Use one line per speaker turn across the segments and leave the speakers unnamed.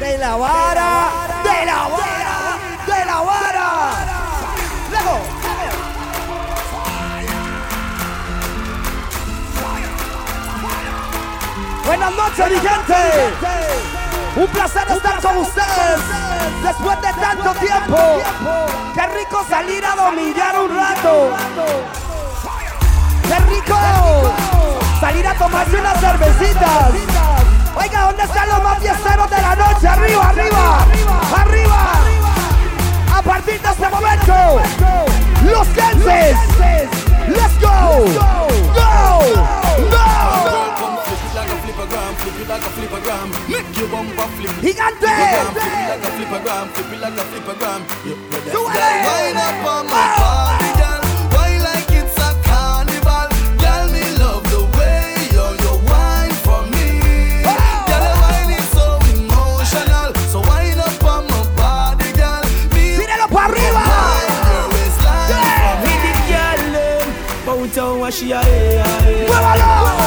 de la vara, de la vara, de la vara. Luego. Buenas noches, mi gente. Un placer estar con ustedes después de tanto tiempo. Qué rico salir a domingar un rato. Qué rico salir a tomarse unas cervecitas. Oiga, ¿dónde están los más fiesteros de la noche? Arriba, arriba, arriba. A partir de este momento, los Kenses. Let's go. Go. Go.
Flip it like a flippergram, make your bumper flip.
Gigante!
Flip it like a flippergram, flip it like a flippergram. Wind up on my body, girl. Why like it's a carnival? Girl, me love the way you wine for me. Girl, your wine is so emotional. So wind up on my body, girl.
Tíralo para arriba. ¡Muévalo!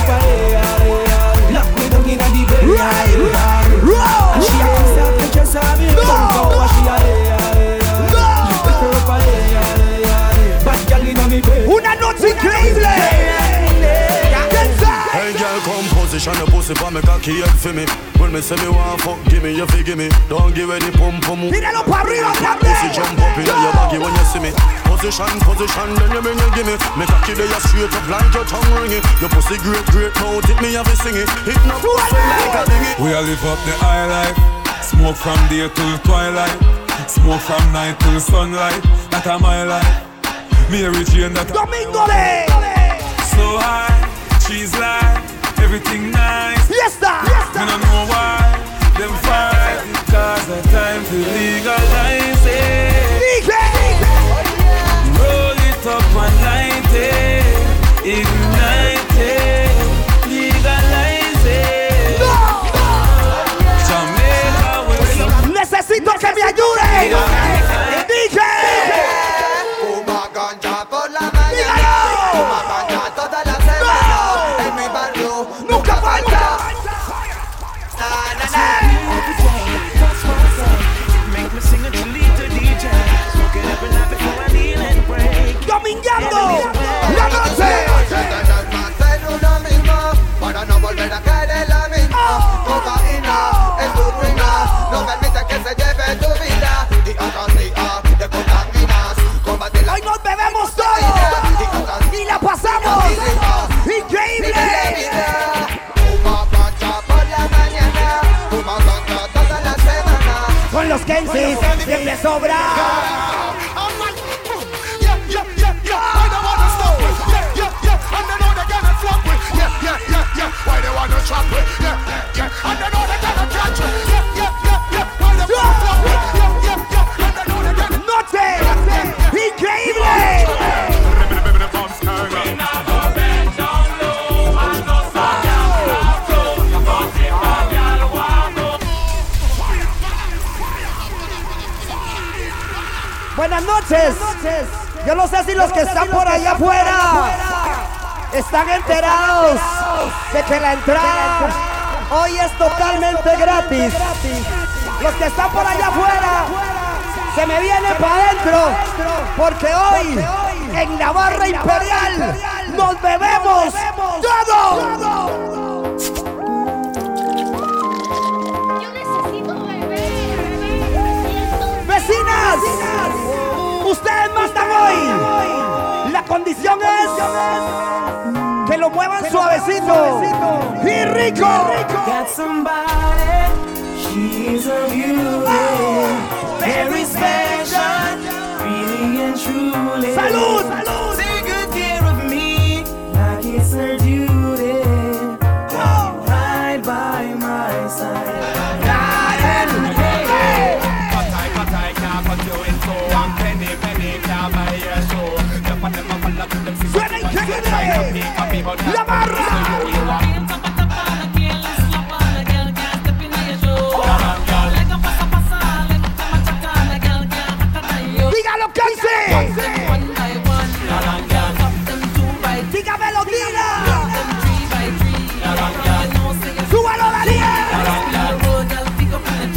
Una noche increíble.
Hey girl, come position your pussy for me cocky head for me. When me say me want fuck, give me your fee, give me. Don't give any pum pum.
Tíralo para arriba,
pussy jump up in your baggy when you see me. Position, then you bring it, give me. Me cocky there, you straight up like your tongue ringing. Your pussy great, now take me have a sing it. It no pussy like a dingy.
We all live up the high life. Smoke from day till twilight. Smoke from night till sunlight. That a my life. Mary Jane that
Domingo de
so high, she's like everything nice.
Yes, sir.
Me don't know why them fight. Cause the time to legalize it. Roll it up and light it. Ignite it. Legalize it.
No.
Jamaica will.
Necesito que me ayude. DJ.
Fuma ganja por la mañana. Fuma ganja toda la semana. En mi barrio nunca falta.
Make me sing a chilito DJ. Smoke it up and light before I kneel and break.
Domingueando la noche.
Uno mismo para no volver a caer en la misma. Cocaína es tu ruina. No permite que se lleve tu vida. Día tras día te contaminas. Combate la.
Hoy nos bebemos todo y la pasamos increíble.
Fuma ganja por la mañana. Fuma ganja toda la semana.
Con los Kensis siempre sobra.
Why they wanna trap it? Yeah, yeah, and they know they cannot catch it. Yeah, yeah, yeah. Why they wanna flop it? Yeah, yeah, yeah, and they know they cannot.
Noche increíble. Buenas noches. Yo no sé si los que están por allá afuera están enterados de que la entrada hoy es totalmente gratis. Los que están por allá afuera se me vienen para adentro, porque hoy en la barra imperial nos bebemos todo.
Yo necesito beber.
Vecinas, ustedes mandan hoy. La condición es que lo muevan suavecito y rico.
Got somebody, she's a beauty, very special, really and truly.
¡Salud!
Take good care of me, like it's her duty. Right by my side.
¡Suena increíble! ¡La barra! ¡Dígalo, Kensi! ¡Dígamelo, diga! ¡Súbalo, Daniel!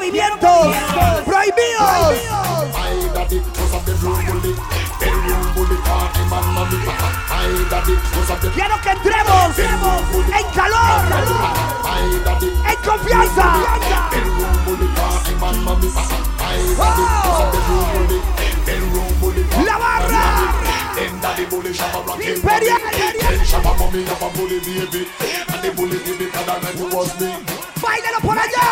movimientos prohibidos. Quiero que entremos en calor, en confianza. La barra imperial. Báilalo por allá.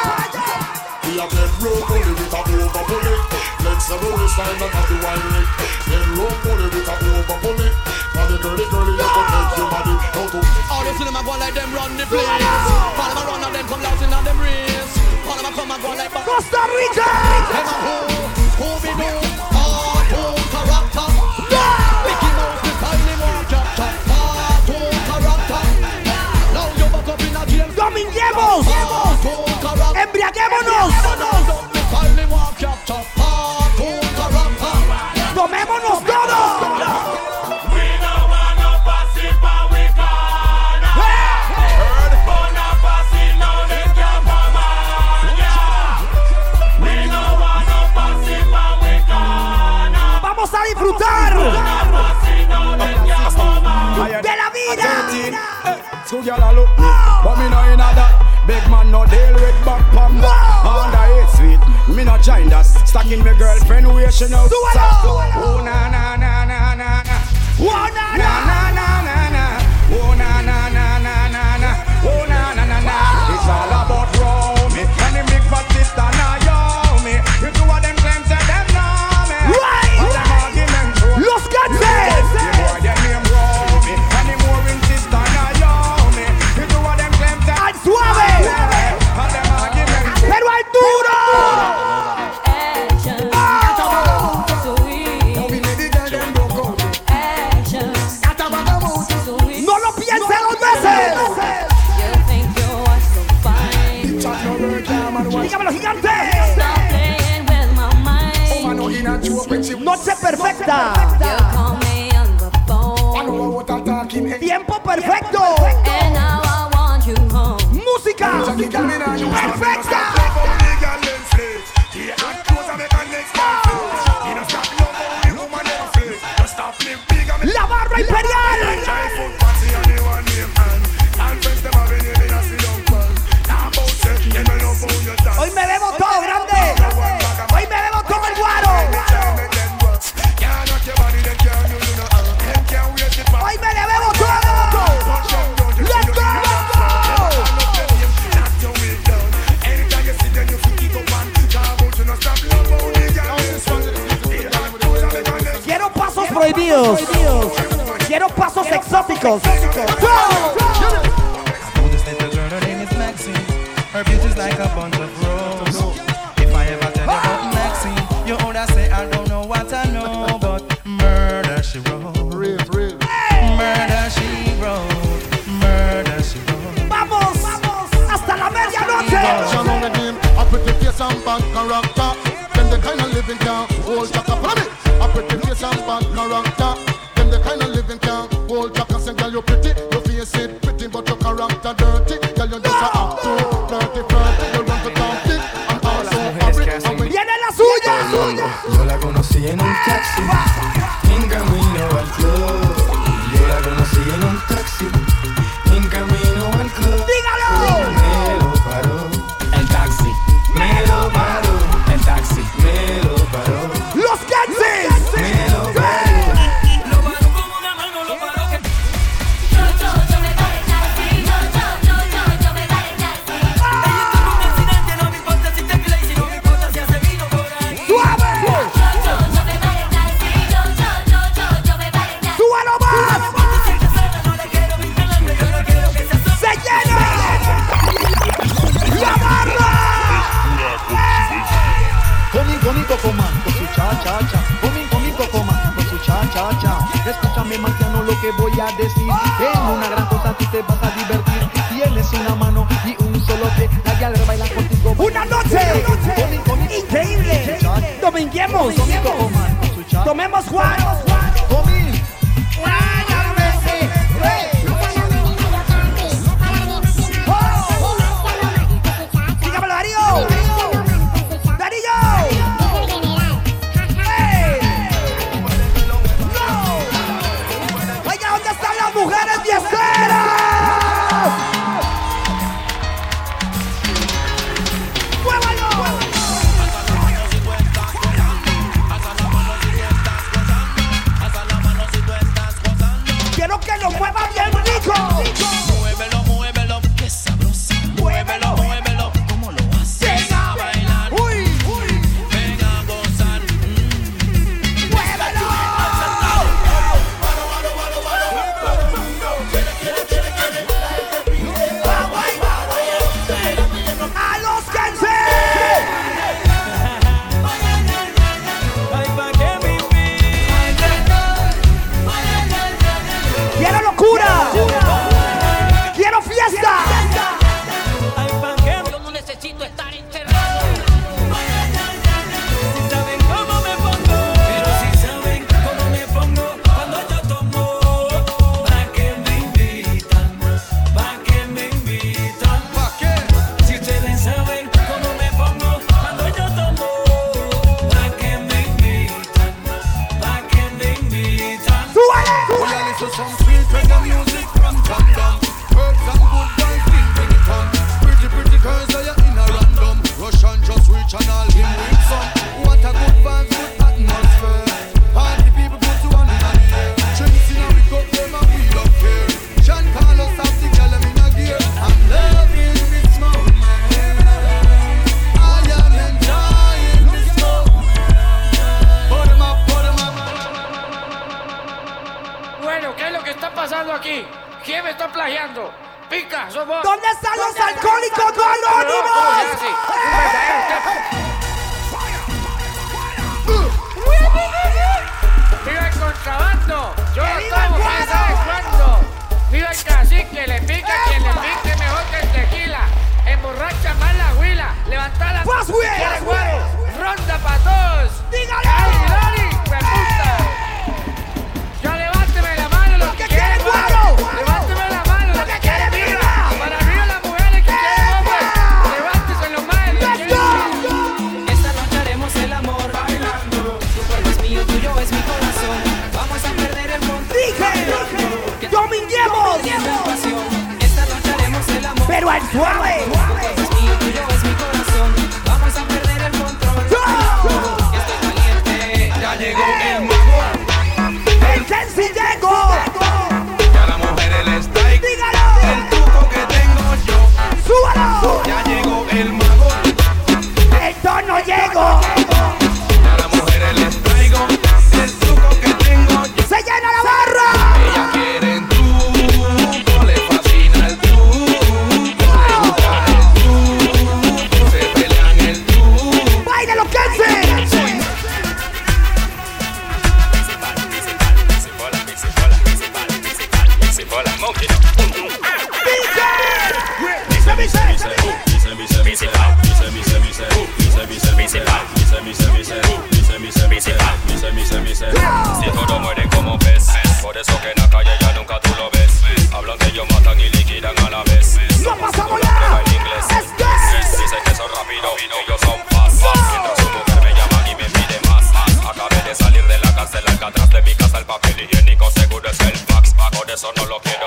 All the cinema go like them run the place. All of a run of them come out in them race. All of a come and go like
Costa Rica.
who be do? Cartoon character. Mickey Mouse the tiny more chapter. Cartoon character. Now you back up in a jail.
Dominguemos.
Cartoon character.
Embriaguémonos.
The tiny more chapter. Cartoon character.
Tomémonos todos. Vamos a disfrutar de la vida.
So y'all a look me, but me no inna that. Big man no deal with back pam. Under 8 sweet, me no join that. Stacking me girlfriend where she now. Oh na na na na na na.
Oh na
Na na na na na. Oh na na na na na na. Oh na na na na. It's all about roaming. And the big fat sister now yo me. You two of them claim say them know me.
Right.
But them argument show.
Los Ganses.
The boy them name roaming. And the more insistent now yo me. You two of them claim say
Al suave.
and them argument show.
Pero al duro. No lo piense 2 veces. Dígamelo, gigante. Noche perfecta. Tiempo perfecto. Música perfecta. La barra imperial. Hoy me bebo todo, grande. Hoy me bebo todo el guaro. Hoy me le bebo todo. Let's go. Quiero pasos prohibidos. Quiero pasos exóticos.
This little girl, her name is Maxine. Her beauty's like a bunch of roses. If I ever tell you about Maxine, you older say I don't know what I know, but murder she wrote. Murder she wrote. Murder she wrote.
Vamos hasta la medianoche.
A pretty face and bad character. Them the kind of living can hold chaka. Follow me. A pretty face and bad character. Them the kind of living can hold chaka. Say girl you pretty, your face it pretty, but your character dirty. Girl you just a act too flirty, flirty. You run to conflict and also hurry.
Viene la suya.
Yo la conocí en un taxi, en camino al club. Yo la conocí en un taxi, en camino al club.
Dígalo.
Me lo paró el taxi, me lo paró el taxi, me lo paró,
Los Ganses.
me lo paró.
¡Súbalo más! ¡Se llena! ¡La barra!
Con mi Cocoman, con su cha-cha-cha. Con mi Cocoman, con su cha-cha-cha. Escúchame, marciano, lo que voy a decir. En una gran cosa tú te vas a divertir. Tienes una mano y un solo pie. La gal baila contigo.
¡Una noche! ¡Increíble! ¡Dominguemos!
Con mi Cocoman, con su cha.
¡Tomemos Juan!
Comi.
¡Dígamelo, Darío!
están plagiando. Pica, somos.
¿Dónde están los alcohólicos anónimos?
¡Viva el contrabando! Yo lo tomo, ¿quién sabe cuándo? ¡Viva el cacique! Le pica quien le pique mejor que el tequila. Emborracha más la huila. Levanta la... ¿Quieres güero? Ronda pa' todos.
¡Dígale!
¡Ay, Lori! ¡Me gusta! ¡Ya levánteme la mano los que quieren güero! ¡Levánteme la mano los que quieren birra! ¡Para arriba las mujeres que quieren hombres! ¡Levántese los más los que quieren!
Esta noche haremos el amor bailando. Tu cuerpo es mío, tuyo es mi corazón. Vamos a perder el control.
¡Dije! ¡Dominguemos!
Esta noche haremos el amor.
¡Pero al suave!
Tu cuerpo es mío, tuyo es mi corazón. Vamos a perder el control. Estoy caliente.
Ya llegó el mago.
¡El Kenzie llegó!
Ya la mujer el strike.
¡Dígalo!
El truco que tengo yo.
¡Súbalo!
Ya llegó el mago.
¡El tono llegó!
Ya la mujer les traigo. El truco que tengo yo.
¡Se llena la barra!
Ellas quieren truco, le fascina el truco, le gusta el truco, se pelean el truco.
¡Báilalo, Kenzie!
Si todo muere como pez, por eso que en la calle ya nunca tú lo ves. Hablan que ellos matan y liquidan a la vez.
¡No pasamos
la prueba en inglés. Dicen que son rápidos, ellos son fast. Mientras su mujer me llama y me pide más. Acabé de salir de la cárcel, atrás de mi casa el papel higiénico seguro es el fax. Por eso no lo quiero.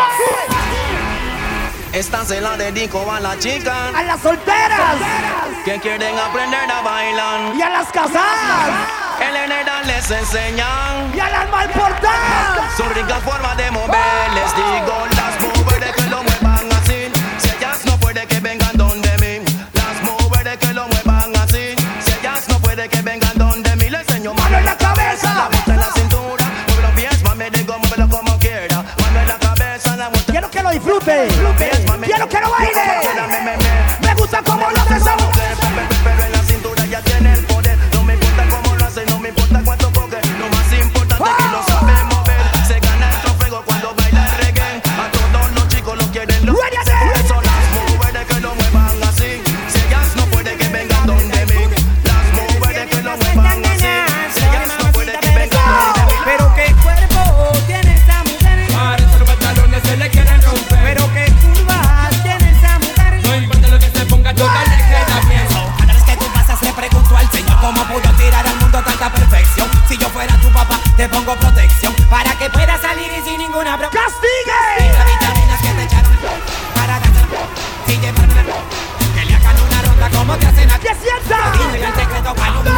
Esta se la dedico a las chicas,
¡A las solteras!
que quieren aprender a bailar.
¡Y a las casadas!
El general les enseñan
¡Y a las malportadas!
su rica forma de mover. Les digo, las mujeres que lo muevan así. Si ellas no puede que vengan donde mí. Las mujeres que lo muevan así. Si ellas no puede que vengan donde mí. Les enseño
¡Mano en la cabeza!
la vuelta en la cintura. Mueve los pies, mami, digo, muévelo como quiera. Mano en la cabeza, la vuelta.
¡Quiero que lo disfrute!
Los pies, mami.
¡Quiero que lo baile!
Me gusta como lo hace esa mujer. Pero en la cintura ya tiene el poder. No me importa cómo lo hace, no me importa cuánto coge. Lo más importante es que lo sabe mover. Se gana el trofeo cuando baila el reggae. A todos los chicos lo quieren. Por eso las mujeres que lo muevan así. Si ellas no pueden que vengan donde mí. Las mujeres que lo muevan así. Si ellas no pueden que vengan donde mí.
Pero qué cuerpo tiene esa mujer.
Para eso los pantalones se le quieren romper.
Pero qué curvas tiene esa mujer.
No importa lo que se ponga, total le queda bien.
Cada vez que tú pasas le pregunto al Señor cómo pudo tirar al mundo tanta perfección. Si yo fuera tu papá te pongo protección para que puedas salir y sin ninguna broma.
¡Castigue!
Las vitaminas que te echaron para darte si llevaron que le hagan una ronda como te hacen a ti.
¡Que sienta!
Dime el secreto para un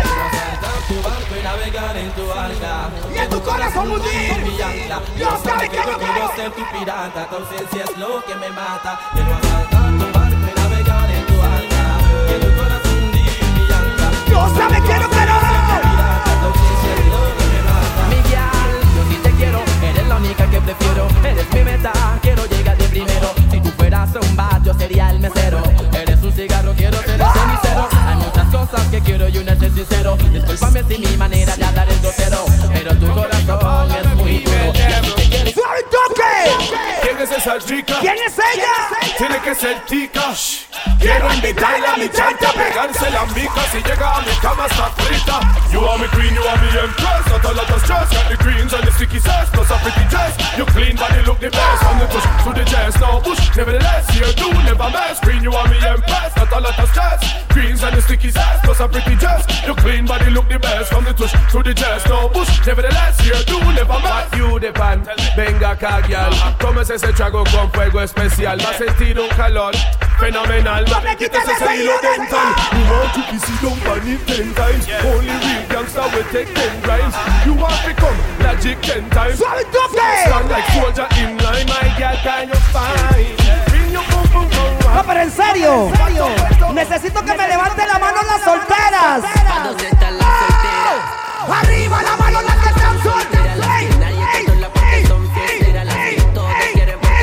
Tu barco y navegar en tu alta.
Y en tu corazón hundir.
Mi ancla.
Dios sabe que yo quiero
ser tu pirata. Tu ausencia es lo que me mata. Quiero asaltar tu barco y navegar en tu alta. Y en tu corazón hundir mi ancla.
Dios sabe que yo quiero.
Tu ausencia es lo que me mata.
Mi vial, yo sí te quiero, eres la única que prefiero. Eres mi meta, quiero llegar de primero. Si tú fueras un bar, yo sería el mesero. Eres un cigarro, quiero ser el cenicero. Hay muchas cosas que quiero y una ser sincero. Discúlpame si mi manera de hablar es grosero, pero tu corazón es muy duro.
¡Suave toque!
¿Quién es esa chica?
¿Quién es ella?
Tiene que ser tica. Quiero invitarla a mi chanta a pegarse la mica. Si llega a mi cama está frita. You are me queen, you are me empress. Not a lot of stress. Got the greens and the sticky sass. Plus a pretty dress. You clean body look the best. From the tush to the chest. Now push, nevertheless you do never mess. Queen, you are me empress. Not a lot of stress. Greens and the sticky sass. Plus a pretty dress. You clean body look the best. From the tush to the chest. Now push, nevertheless you do never mess. You the pan, venga cagial. Tómese ese trago con fuego especial. Va a sentir un calor fenomenal. Quítese ese hilo dental. You want to kiss it down on it 10 times. Only real gangsta will take 10 rhymes. You want to become logic 10 times. Stand like soldier in line. My girl, can you find? Bring your pum pum pum.
No, pero en serio. Necesito que me levante la mano las solteras.
¿Dónde están las solteras?
Arriba la mano las que están solteras.
Nadie cantó la porque son fiesteras. Las que todas quieren porque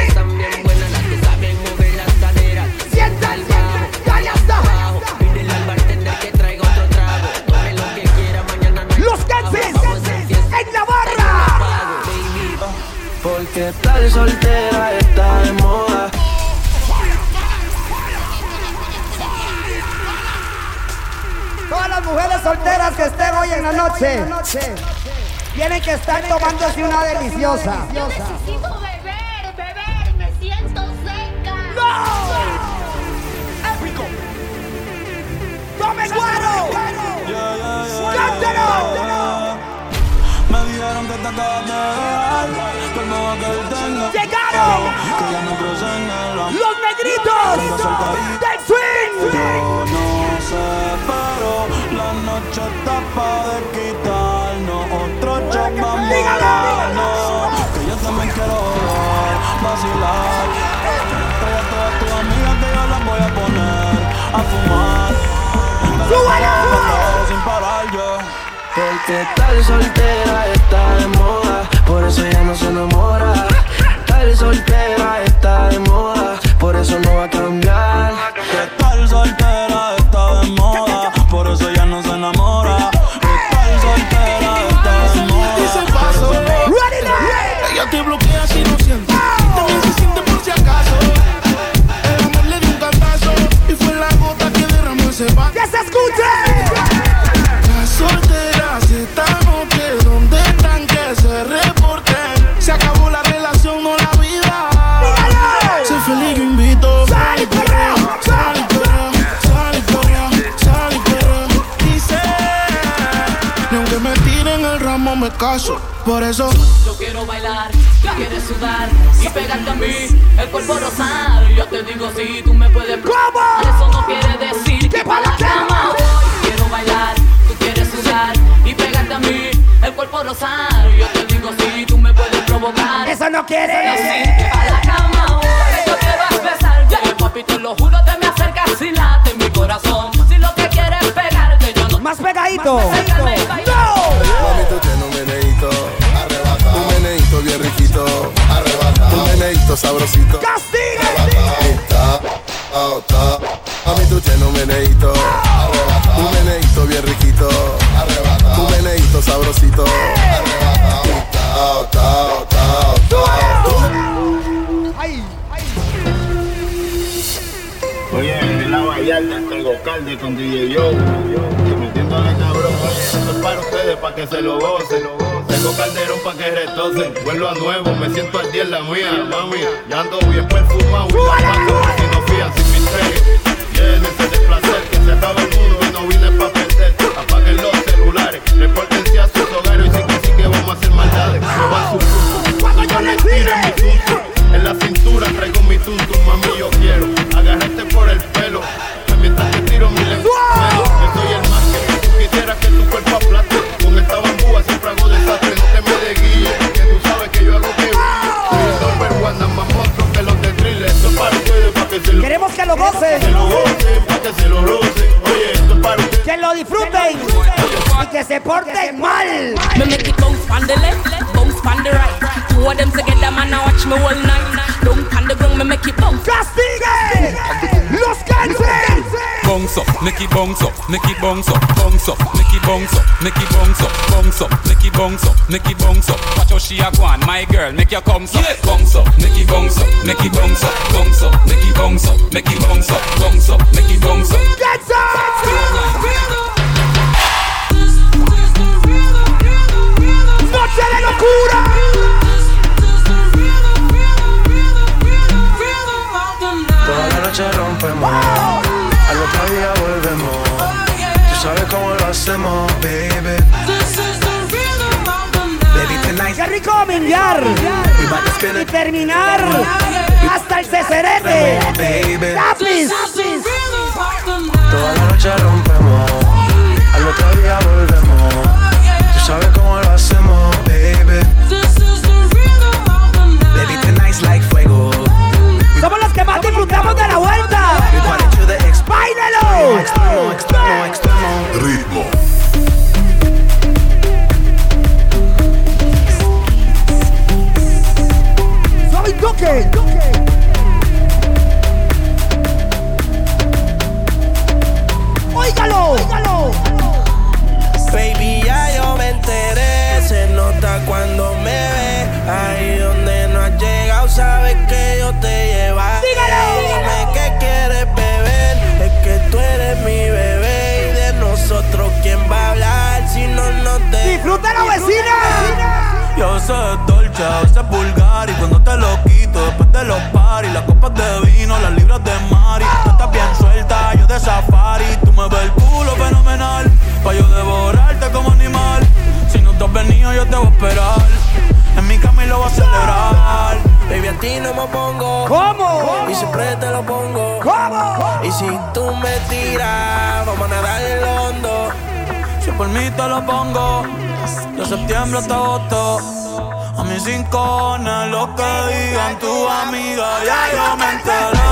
Todas las mujeres solteras que estén hoy en la noche tienen que estar tomándose una deliciosa.
Yo necesito beber, me siento seca.
¡Tome guaro! ¡Cántalo!
Me dijeron que te acabas de dejar, que no va a quedar tenga.
¡Llegaron!
Que ya no crucen el
¡Los negritos! ¡Del swing!
Yo no sé, pero la noche está pa' de quitarnos. Otro shot vamos a darnos. Que yo también quiero joder, vacilar. Trae a todas tus amigas que yo las voy a poner a fumar.
¡Súbalo!
Sin parar yo.
Porque tal soltera está de moda, por eso ya no se enamora. Tal soltera está de moda, por eso no va a cambiar.
Que tal soltera está de moda, por eso ya no se enamora. Que tal soltera está de moda.
Y se pasó. Ella te bloquea si no siente, y también se siente por si acaso. El amor le dio un cantazo y fue la gota que derramó ese vaso.
¡Que se escuche!
Las solteras esta noche, ¿dónde están? Que se reporten. Se acabó la relación, no la vida. Sé feliz, yo invito.
¡Sal y perreo!
Sal y perreo, sal y perreo, sal y perreo. Dice, ni aunque me tiren el ramo me caso. Por eso
yo quiero bailar, tú quieres sudar y pegarte a mí, el cuerpo rosado. Yo te digo si tú me puedes probar. Eso no quiere decir que pa' la cama voy. Quiero bailar, tú quieres sudar y pegarte a mí, el cuerpo rosado. Yo te digo si tú me puedes provocar.
Eso no quiere
decir que pa' la cama voy. Yo quiero empezar, ya papi te lo juro, te me acercas y late mi corazón. Si lo que quieres es pegarte, yo no.
Más pegadito.
Acércame y baila.
Mami, tú tienes un meneíto arrebatado, un meneíto bien riquito arrebatado, un meneíto sabrosito.
¡Castiga!
Mami, tú tienes un meneíto arrebatado, un meneíto bien riquito arrebatado, un meneíto sabrosito arrebatado.
Oye, en la Vallarta, el Gocalde con DJ Joe, y metiéndole cabrón. Oye, esto es para ustedes, para que se lo gocen. Tengo calderón pa' que retocen. Vuelvo a nuevo, me siento al día en la mía, mami. Ya ando bien perfumado y la paso si no fían sin mi entregue. Llénense de placer, que se acaba el mundo y no vine pa' perder. Apaguen los celulares, repórtense a sus hogares y sí que vamos a hacer maldades. Roban su fruto, cuando yo les tire mi tuntum. En la cintura traigo mi tuntum, mami, yo quiero agarrarte por el pelo. Mientras te tiro mi lengua, yo soy el más que tú quisieras que tu cuerpo aplaste. Con esta bambúa siempre hago desastre, no te me desguíes, que tú sabes que yo hago que brille. Soy el number one, más monstruo que los de Thriller. Esto es para ustedes, para que se lo
queremos que lo gocen.
Que lo gocen, para que se lo rocen. Oye, esto es para ustedes.
Que lo disfruten y que se porten mal.
Me make it bounce on the left, bounce on the right. Two of them together, man, now watch me all night. Don't on the ground, me make it bounce.
¡Castigue! ¡Los cancel!
Bounce up, make it bounce up, make it bounce up, bounce up, make it bounce up, make it bounce up, bounce up, make it bounce up, make it bounce up. Watch how she a go on, my girl, make your come up, bounce up, make it bounce up, make it bounce up, bounce up, make it bounce up, make it bounce up, bounce up, make it bounce up.
Get up! ¡Noche de locura!
Toda la noche rompemos, al otro día volvemos. Tú sabes cómo lo hacemos, baby.
¡Qué rico minguear! Y terminar hasta el cecerete. ¡Lápiz!
Toda la noche rompemos, al otro día volvemos. Tú sabes cómo lo hacemos, baby. Baby, tonight's like fuego.
Somos los que más disfrutamos de la vuelta. ¡Báilalo!
Extremo, extremo, extremo.
Ritmo.
¡Suave y toque! ¡Óigalo! ¡Óigalo!
Baby, ya yo me enteré. Se nota cuando me ve. Ahí donde no has llegado, sabes que yo te llevaré.
¡Dígalo!
Dime qué quieres beber. Es que tú eres mi bebé y de nosotros olvídate.
¡Disfrútalo, vecina!
Yo sé dolce, a veces vulgar. Y cuando te lo quito, después de los paris, las copas de vino, las libras de Mari. Tú estás bien suelta, yo de safari. Tú me ves el culo fenomenal, pa' yo devorarte como animal. Si no te has venido, yo te voy a esperar. En mi cama y lo voy a celebrar.
Baby, a ti no me pongo.
¿Cómo?
Y siempre te lo pongo.
¿Cómo?
Y si tú me tiras, vamos a nadar en el hondo.
Si por mí te lo pongo, de septiembre hasta agosto. A mis rincones, lo que digan tu amiga, ya yo me enteré.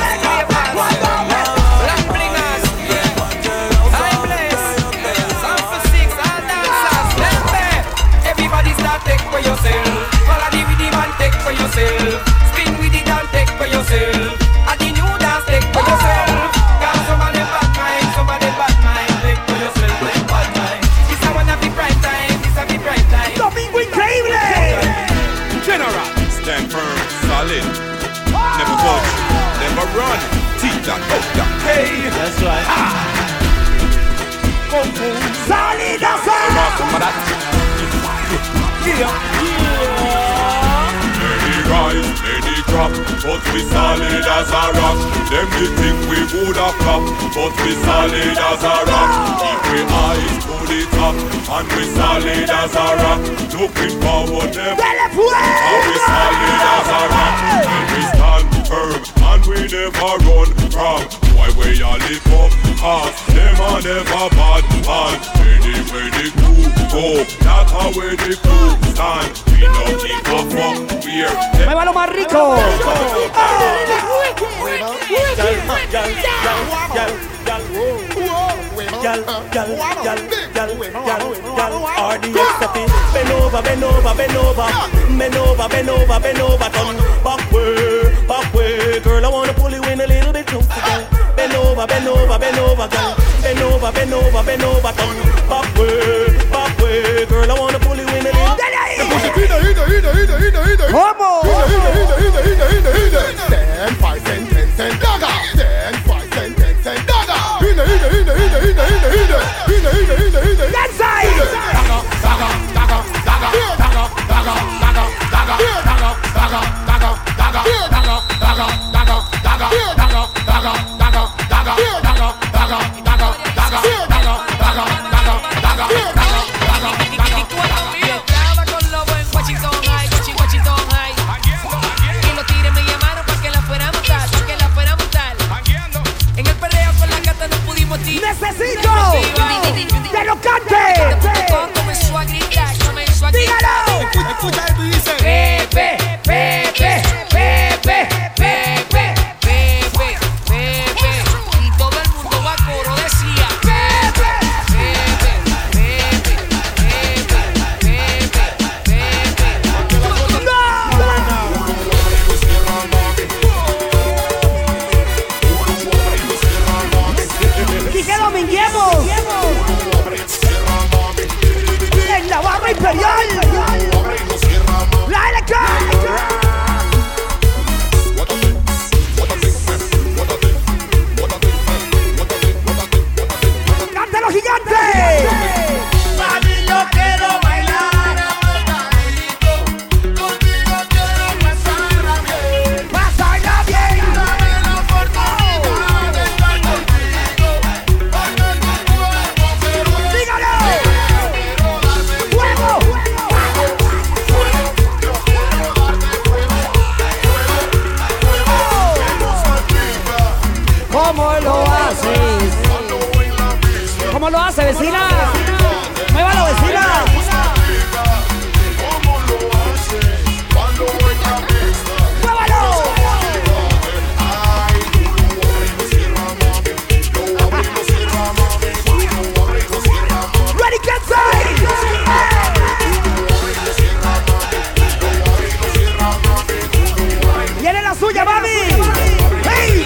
Everybody start take for yourself. Follow the rhythm and take for yourself. Spin with it and take for yourself. And the new dance take for yourself. Cause some of them bad mind, some of them bad mind. Take for yourself, like bad mind. This is one of the prime time, this is the prime time.
Domingo Increíble.
General, stand firm, solid. Never budge, never run. Teach that, hey.
That's right.
Salida, salida.
Many rise, many drop, but we solid as a rock. Them they think we would have flop, but we solid as a rock. Keep we eyes to the top, and we solid as a rock. Looking forward, them, and we solid as a rock. And we stand firm, and we never run from. Why we all live up, cause them are never bad man. Anywhere the crew go, that's how we the crew stand. We don't keep a fuck, we're
¡Mueva lo más rico!
Bend over, bend over, bend over. Bend over, bend over, bend over. Turn back way. Girl, I wanna pull you in a little bit closer, girl. Bend over, bend over, bend over, girl. Bend over, bend over, bend over. Turn back way. Girl, I wanna pull you in a little bit.
¿Cómo?
10, 5 cent, 10 cent dagger. 10, 5 cent, 10 cent dagger.
That side.
Estaba con lobo en Washington High. Y los tigres me llamaron para que la fuera a montar, En el perreo con la gata no pudimos tirar.
¡Necesito que lo cante!
Comenzó a gritar.
Escucha esto y dice
Pepe. Y todo el mundo a coro decía Pepe.
¡Dije dominguemos! ¡En la barra imperial! ¡La LK! ¡Cántalo, gigante!
Mami, yo quiero bailar. Contigo quiero pasarla bien.
¡Pásala bien!
Dame la oportunidad de estar contigo. Porque tu cuerpo quiero.
¡Dígalo!
Quiero darte
¡Fuego! ¿Cómo lo haces? ¿Cómo lo hace, vecina? ¡Muévalo, vecina! ¡Muévalo! ¡Ready, get set! ¡Viene la suya, mami! ¡Hey!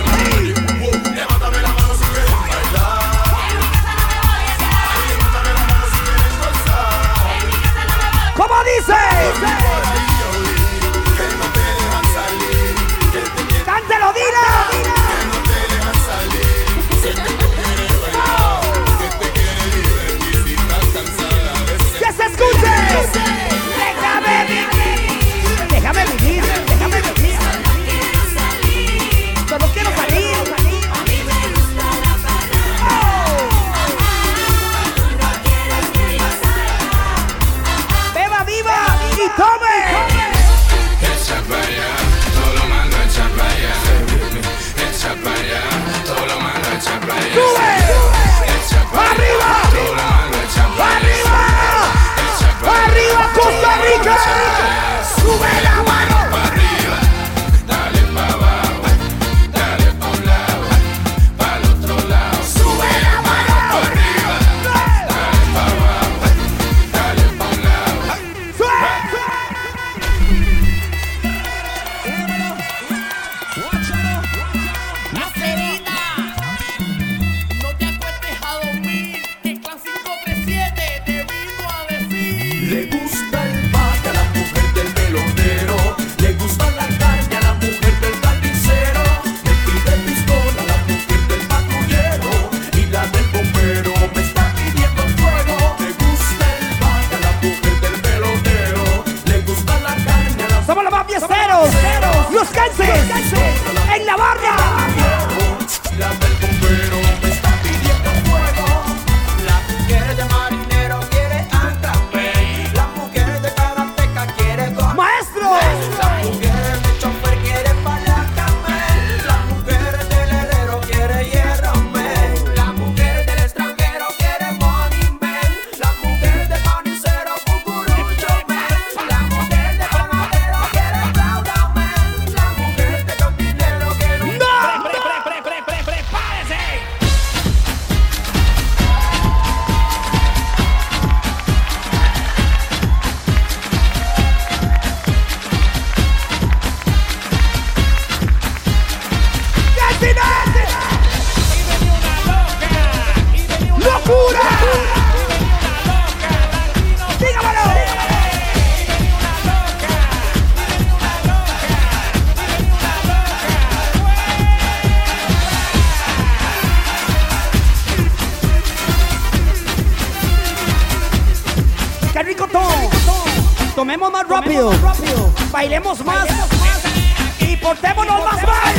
reggaetón. Tomemos más rápido. Bailemos más. Y portémonos más mal.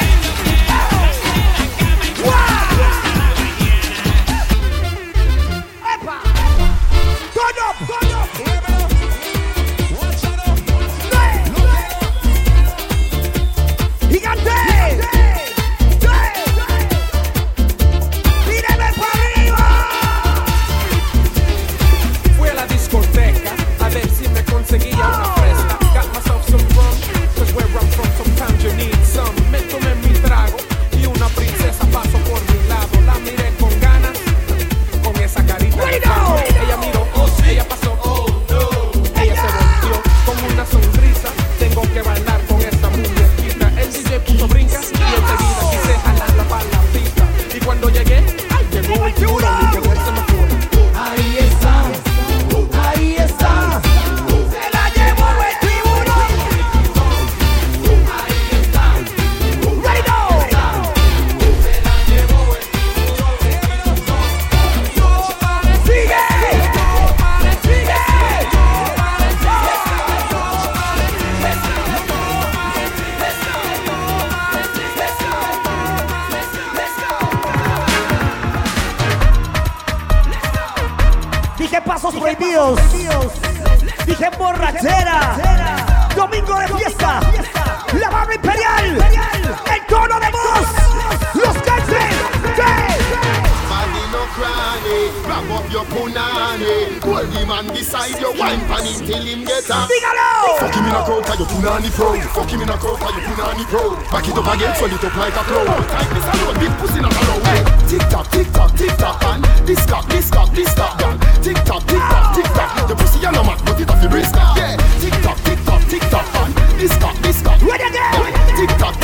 Conseguía una fresca, got myself some rum, 'cause where I'm from sometimes you need some. Me tomé mi trago y una princesa pasó por mi lado. La miré con ganas, con esa carita de carne. Ella miró, ella pasó, ella se volteó con una sonrisa. Tengo que bailar con esta muñequita. El DJ puso brincas y enseguida quise jalar la palabrita. Y cuando llegué, ay, llegó el tiburón y con él se me fue. Ahí está, ahí está.
Dije pasos prohibidos. Dije borrachera. Domingo de fiesta. La barra imperial. El tono de voz. Los Gangsters.
No cranny, grab up your punani. Hold the man beside your wine pan it till him get up.
Dígalo!
Fuck him in a crowd, cause you punani pro. Fuck him in a crowd, cause you punani pro. Back it up again, swell it up like a crow. Type this alone, big pussy not alone. Hey, tick tock, and this cock, girl. Tick tock, the pussy you no man, but it off the wrist. Yeah, tick tock, and this cock.
Ready again!
Tick tock,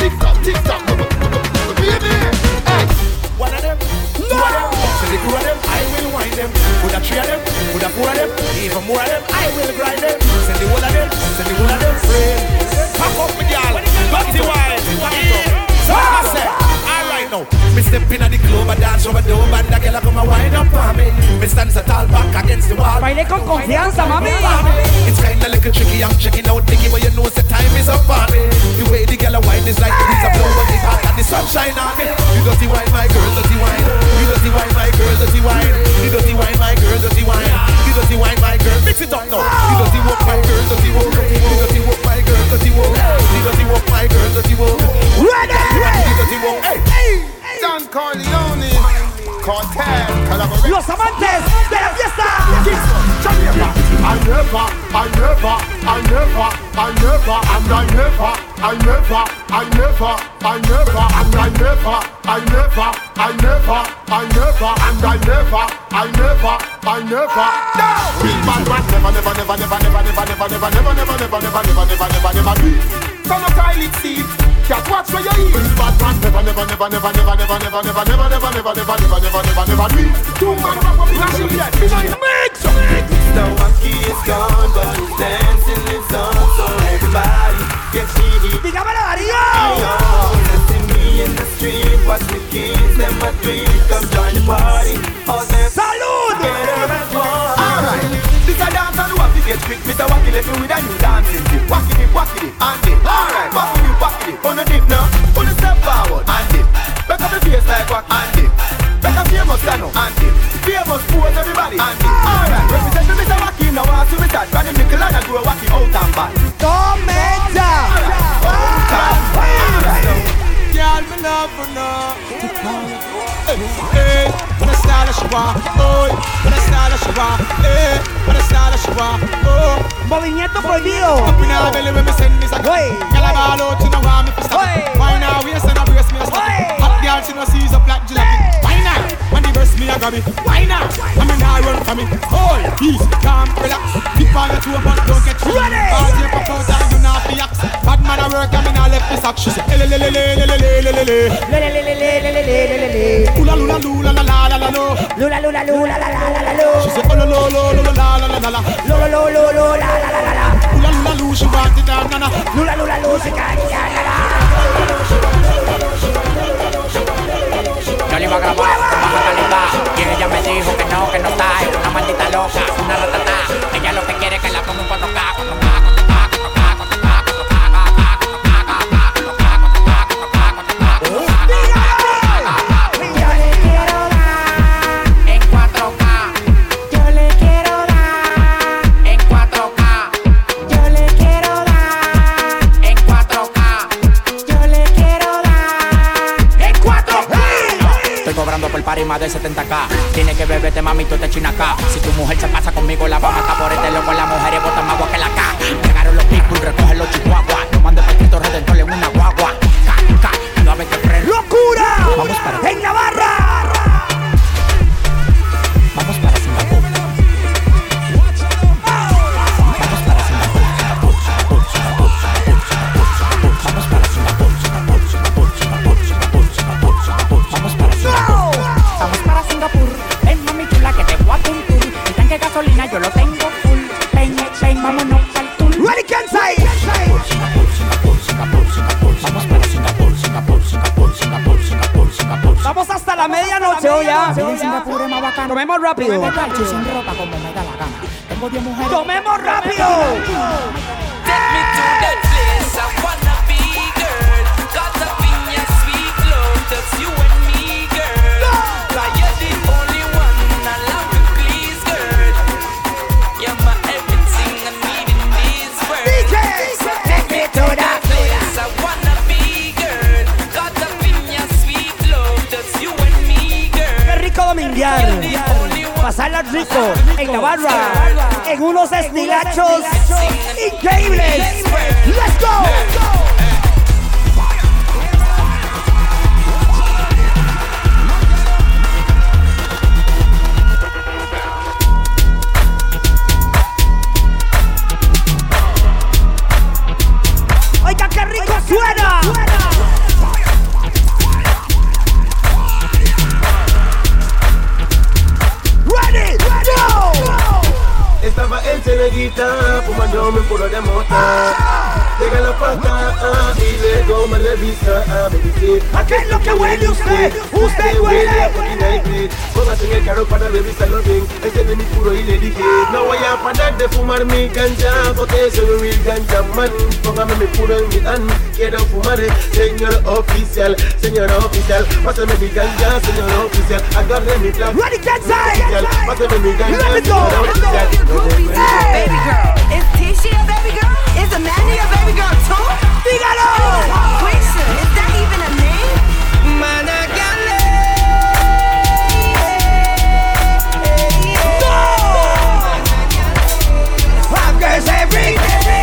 baby. Hey,
one of them, two of them. The crew of them, I will wind them. With a three of them, with a four of them, even more of them, I will grind them. Send the whole of them, friend. Pack up me girl, dirty wine. So I say, alright now. Me step in at the club, I dance over the dome, and the girl come and wind up on me. Me stand so tall back against the wall.
Baile con confianza, mami.
It's kinda little tricky, I'm checking out Nicky, but you know the time is up on me. The way the girl wine is like the breeze of blow, but it's hot and the sunshine on me. You dirty wine, my girl, dirty wine. You dirty wine, my girl, dirty wine. You dirty wine, my girl, dirty wine. You dirty wine, my girl, mix it up now. You dirty walk, my girl, dirty walk. You dirty walk, my girl, dirty walk. You dirty walk, my girl, dirty walk.
Ready!
You dirty walk, hey.
Don Corleone, Cartel, collaboration.
Los amantes de la fiesta.
I never, Big bad man never do it. Some of Kylie seeds, just watch where you eat. Big bad man never do it. Two man flashing dead. Mix.
The monkey is gone, but the dancing lives on. So everybody get jiggy.
Dígamelo, Darío.
See me in the street, watch the kids, them my dream. Come join the party.
Salud.
Alright, this a dance and wacky get quick. Mr. Wacky left me with a new dancing tip. Wacky it, and it. Alright, wacky it. On the dip now, on the step forward, and dip. Back up the face like wacky, and dip. Back up famous stand up, and dip. Famous pose everybody, and dip. Alright, represent me Mr. Wacky now. I see me start. Granny Nickel and I do a wacky out and back.
Comenta.
Girl, me love her now. Hey, when I style she want, oh, when I style she want, hey, when I style she want, oh.
Movimiento prohibido.
Up in her belly when me send this a
Hey.
girl a ball out, you know want me to stop. Why now we send a brace me a stop. Hot girl she no sees up like jalopy. Why now? When the verse me a grab it. Why now? I mean I run from it. Hold, peace, calm, relax. Keep on your toe but don't get free. All you pop out and you not be axe. Bad man a work and me not left this act. She say le le le le le le le le le. Lula lula lula la la la la lo.
Lula lula lula la la la la lo.
She say oh lo lo lo lo la la la la la.
Lo lo lo lo la la la la la.
Lula lula lu she want it down na na.
Lula lula lu she want it down na na.
Yo le iba a grabar con baja calidad y ella me dijo que no está, es una maldita loca, una ratata. Ella lo que quiere Olvídate, mami, tú te chinas acá. Si tu mujer se pasa conmigo, la vamos a matar por este loco. Las mujeres botan más agua que la K. Llegaron los pitbull, recogen los chihuahuas. No mande para Cristo Redentor en una guagua. No me que freno.
¡Locura!
Vamos para
¡En Navarra!
Vamos para Singapur. Ven, mami chula, que te voy a un tour. El tanque de gasolina yo lo tengo full. Ven, ven, vámonos al tour.
Ready, Kansai.
Vamos para Singapur, Singapur, Singapur, Singapur, Singapur, Singapur.
Vamos hasta la medianoche hoy ya.
En Singapur es más bacano.
Tomemos rápido.
Me plancho sin ropa como me da la gana. Tengo 10 mujeres.
¡Tomemos rápido!
Take me to that place I wanna be, girl. Caught up in your sweet love, just you and me, girl. Cause you're the only one I love to please, girl. You're my everything I need in this world.
Take me to that
place I wanna be, girl. Caught up in your sweet love, just you and me, girl.
Qué rico dominguear. Pasarla rico en Navarra. En unos estilachos increíbles. ¡Let's go! ¡Oiga, qué rico suena! Ready, go!
Estaba en Ceneguita, fumándome un puro de mota. Llega la pata y luego me revisa.
¿A qué es lo que huele usted? ¡Usted huele!
a fucking póngase en el carro para revisarlo bien. Enciende mi puro y le dije: no voy a parar de fumar mi ganja, porque soy un real ganja man. Póngame mi puro en mi hand, quiero fumar. Señor oficial, pásame mi ganja, señor oficial. Agarre mi plan.
Ready, Kansai!
Pásame mi ganja, señor oficial.
Baby girl, is Tisha a baby girl? Is Amanda a baby girl too?
Dígalo!
Quisha, is that even a name?
Managale.
¡Rockers every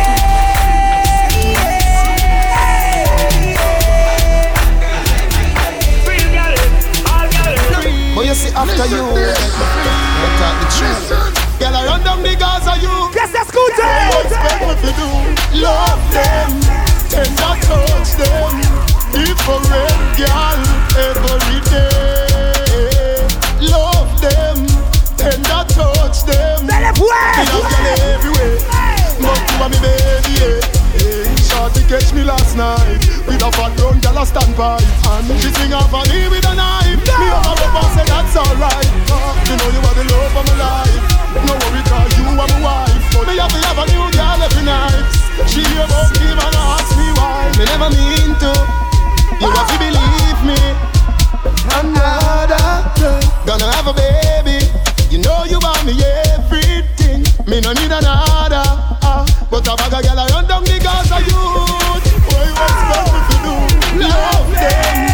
But you see after you, don't talk the truth. Girl, I run down the guys of you.
¡Que se escuche!
What you expect me to do? Love them, tender touch them. Different girl every day. Love them, tender touch them.
¡Dale pues!
Me love girl everywhere, but you are me baby, yeah. Shorty catch me last night with a fat brown girl a standpipe, and she swing off on me with a knife. Me have a rub and say that's alright. You know you are the love of my life. No worry 'cause you are my wife. But me have a new girl every night. She about me and ask me why. Me never mean to. You have to believe me. Another girl gonna have a baby. You know you are me everything. Me no need another. But a bag of girl I run down the girls of youth. What you expect me to do? Love them.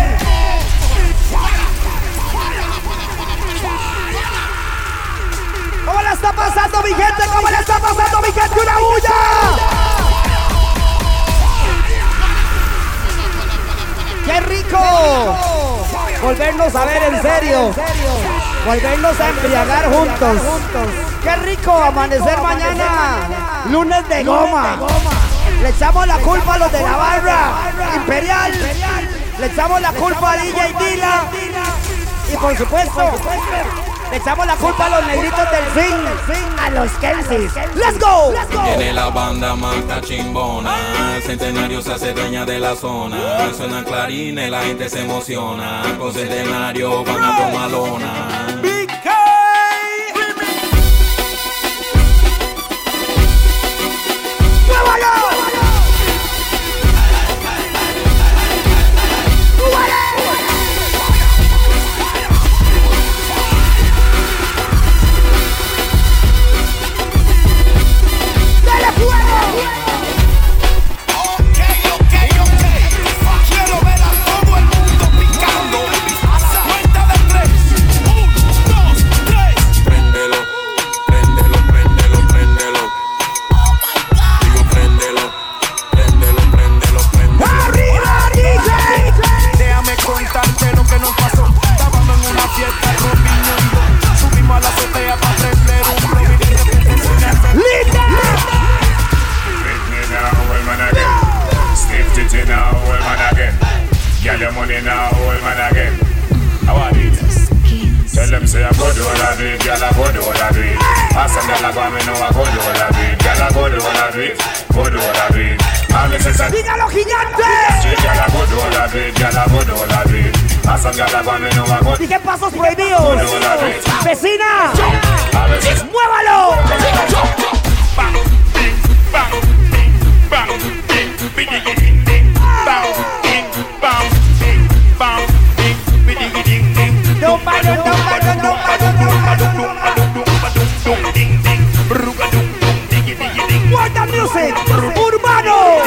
¿Cómo la está pasando mi gente? ¿Cómo la está pasando mi gente? ¡Una bulla! ¡Qué rico! Volvernos a ver en serio. Volvernos a embriagar juntos. ¡Qué rico amanecer mañana! Lunes de goma. Le echamos la culpa a los de Navarra Imperial. Le echamos la culpa a DJ Dila. Y por supuesto, le echamos la culpa a los negritos del fin, a los Kelsis. ¡Let's go!
Viene la banda más cachimbona, el centenario se hace dueña de la zona. Suenan clarines, la gente se emociona. Con centenario van a tomar lona.
Quiero ver a todo el mundo picando. A la cuenta de 3, 1.
la beat. Awesome girl, I go me know I go do all I beat. Girl, I go do all I beat, go do all I beat. A veces I
dígalo gigante.
Street girl, I go do all I beat, girl, I go do all I beat. Awesome girl, I go me know I go.
¿Y qué pasos prohibidos? Vecina,
A veces
muévalo.
bang, bing, bang, bing, bang, bing, bing, ding, ding, bang, bing, bang, bing, bang, bing, ding, ding, ding.
No paro, no paro, no paro, no paro. What the music? Urbano.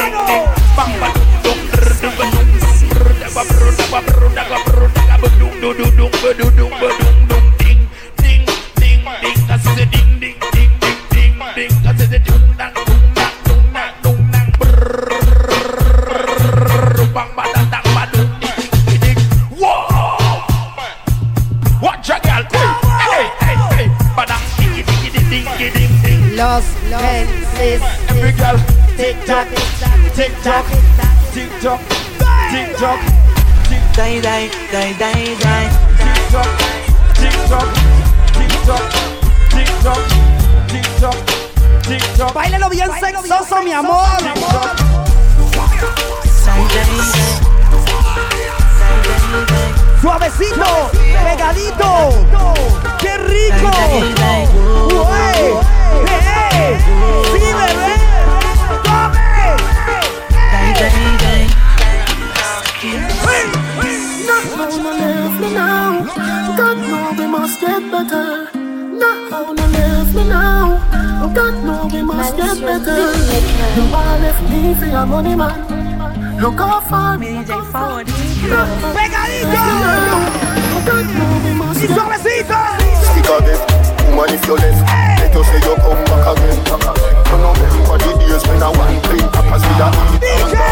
Los Menses.
Every girl,
TikTok, TikTok,
TikTok, TikTok,
die, die, die, die, die.
TikTok, TikTok, TikTok, TikTok, TikTok, TikTok.
Báilalo bien sexoso, mi amor. Suavecito, pegadito. ¡Qué rico! ¡Uey! ¡Sí, bebé! ¡Tome!
Not gonna leave me now. God know we must get better. Not gonna leave me now. God know we must get better. You all left me for your money, man. Look how far me take forward.
¡Pegadito! ¡Y suavecito!
Stick again, woman if you left, let you say you come back again. You know remember the days when I want clean papas with a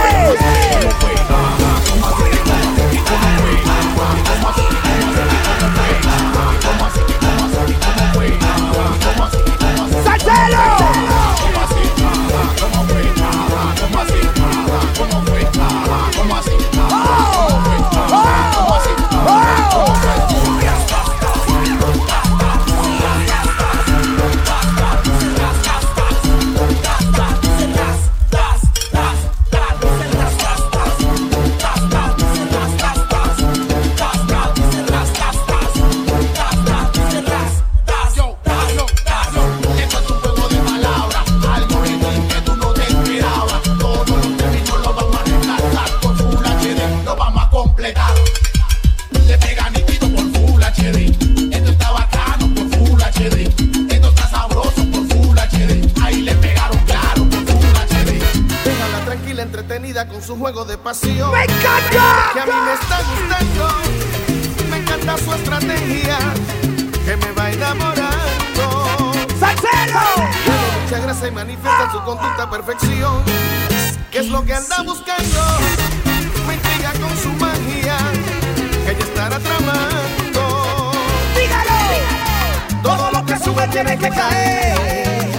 con su juego de pasión.
¡Me encanta!
Que a mí me está gustando. Me encanta su estrategia, que me va enamorando.
¡Salsero!
Tiene mucha gracia y manifiesta su conducta a perfección. ¿Qué es lo que anda buscando? Me intriga con su magia, que ella estará tramando.
¡Dígalo!
Todo lo que sube tiene que caer.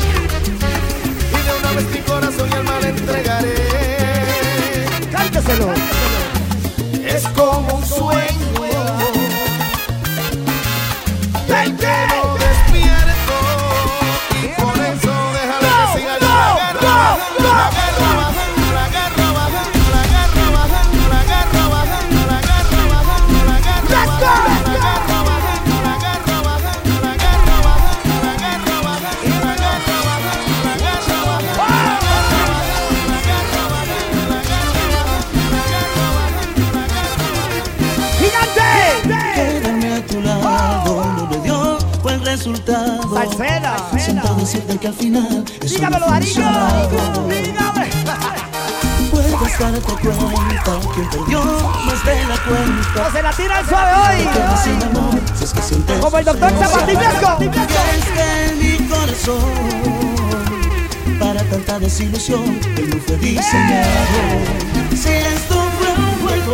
Y de una vez mi corazón y alma le entregaré.
Cántaselo.
Es como un sueño del que no despierto, y por eso déjalo que siga yo la guerra bajando, la guerra bajando, la guerra bajando, la guerra bajando, la guerra bajando, la guerra bajando, la guerra bajando, la guerra bajando, la guerra bajando, la guerra bajando, la guerra bajando, la guerra bajando, la guerra bajando.
Quedarme a tu lado no me dio buen resultado.
Salsera.
Siento decirte que al final es
dígamelo,
funcionado.
Dígame.
Puedes darte cuenta que perdió más de la cuenta.
No se la tira el suave hoy.
Sin amor, si es que sientes
como el doctor Zapatillasco.
Y es que en mi corazón para tanta desilusión él no fue diseñado. Si esto fue un juego,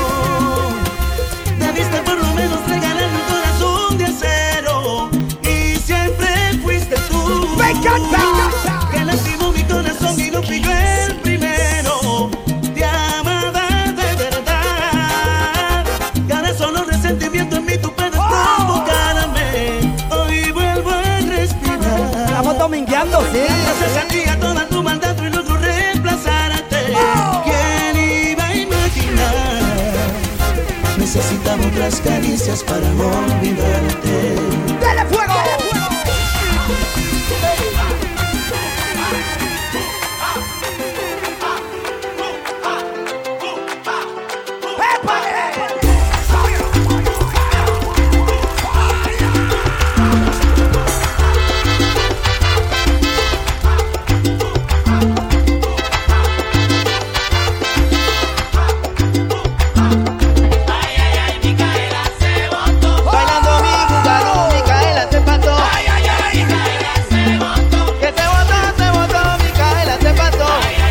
debiste por lo menos regalarme un corazón de acero. Y siempre fuiste tú.
¡Me encanta!
Que lastimó mi corazón y no fui yo el primero. Te amaba de verdad. Y ahora solo resentimiento en mí tú puedes provocarme. Hoy vuelvo a
domingueando, sí.
Haces a ti a toda tu maldad y luego reemplazarte. ¿Quién iba a imaginar? Necesitaba otras caricias para olvidarte.
¡Dale fuego!
Bailando mi bugalú, Micaela se pasó. Que se botó, Micaela se pasó.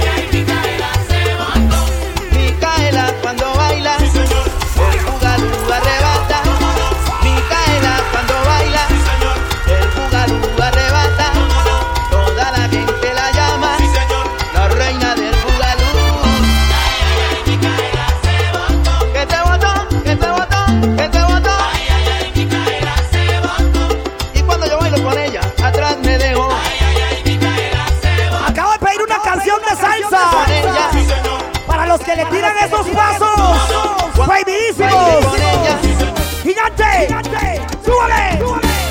Micaela cuando baila, el bugalú arrebata. Micaela cuando baila, el bugalú arrebata. Toda la gente la llama la reina del bugalú. Que se botó, que se botó, que se botó. Y cuando yo bailo con ella, atrás me dejo.
Acabo de pedir una canción de salsa para los que le tiran esos pasos. Prohibidísimos. Gigante, súbale.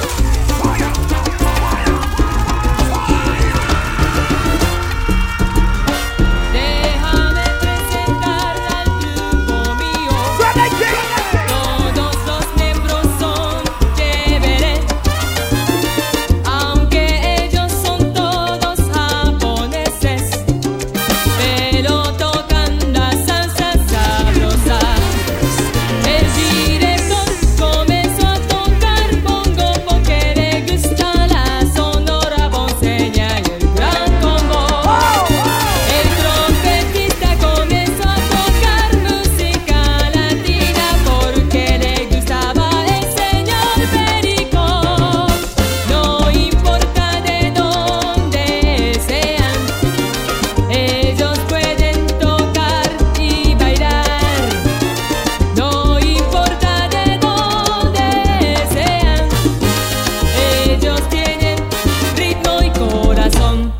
Déjame presentar al grupo mío. Todos los miembros son chéveres, aunque ellos son todos japoneses, pero tocan la salsa sabrosa. El director comenzó a tocar bongo porque le gusta la sonora ponceña y el gran combo. El trompetista comenzó a tocar música latina porque le gustaba el señor Perico. No importa de dónde sean, ellos pueden tocar y bailar. No importa de dónde sean, ellos tienen ritmo y corazón.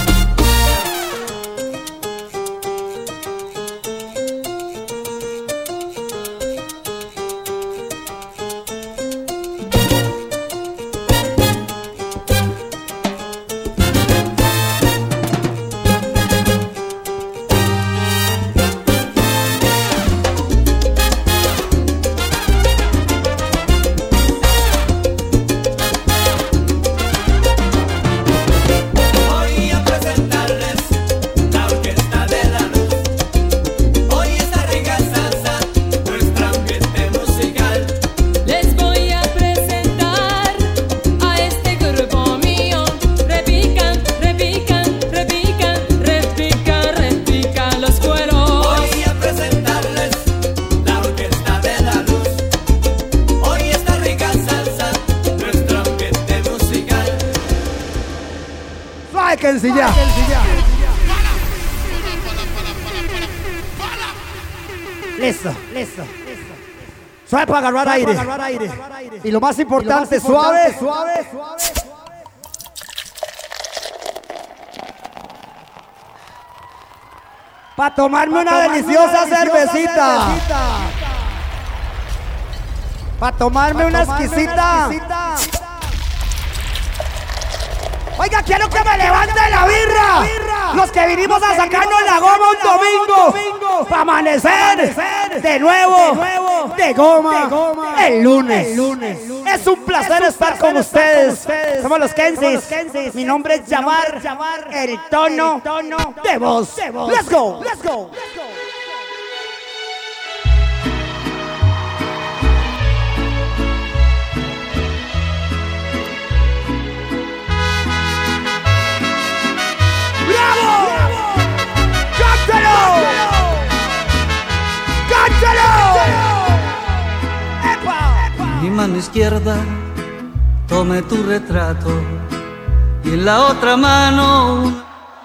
Voy a presentarles la orquesta de la luz. Hoy esta rica salsa, nuestro ambiente musical.
Les voy a presentar a este grupo mío. Repican, repican, repican, repican, repican los cueros.
Voy a presentarles la orquesta de la luz. Hoy esta rica salsa, nuestro ambiente musical.
Suave que ensilla. Listo. Suave para agarrar aire. Y lo más importante, suave. Para tomarme una deliciosa cervecita. Para tomarme una exquisita. Oiga, quiero que me levante la birra. Los que vinimos a sacarnos la goma un domingo. Para amanecer de nuevo de goma el lunes. Es un placer estar con ustedes. Somos los Kensis. Mi nombre es Yamar. El tono de voz. Let's go.
Mi mano izquierda tome tu retrato y en la otra mano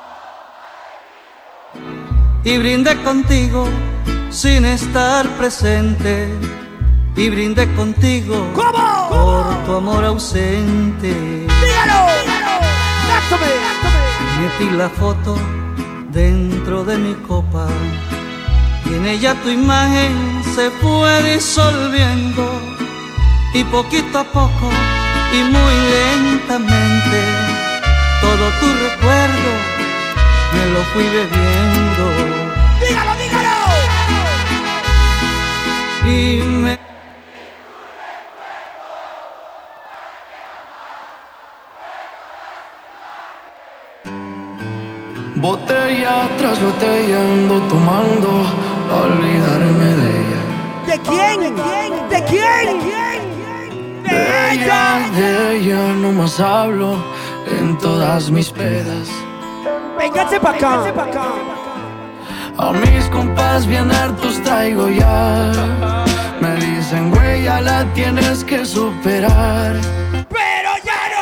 y brinde contigo sin estar presente y brinde contigo por tu amor ausente.
¡Dígalo!
Metí la foto dentro de mi copa y en ella tu imagen se fue disolviendo y poquito a poco y muy lentamente todo tu recuerdo me lo fui bebiendo.
¡Dígalo, dígalo!
Y me...
Botella tras botella ando tomando a olvidarme de ella.
¿De quién? ¿De quién?
De ella no más hablo en todas mis pedas.
Véngase pa' acá.
A mis compas bien hartos traigo ya. Me dicen, güey, ya la tienes que superar.
Pero ya no.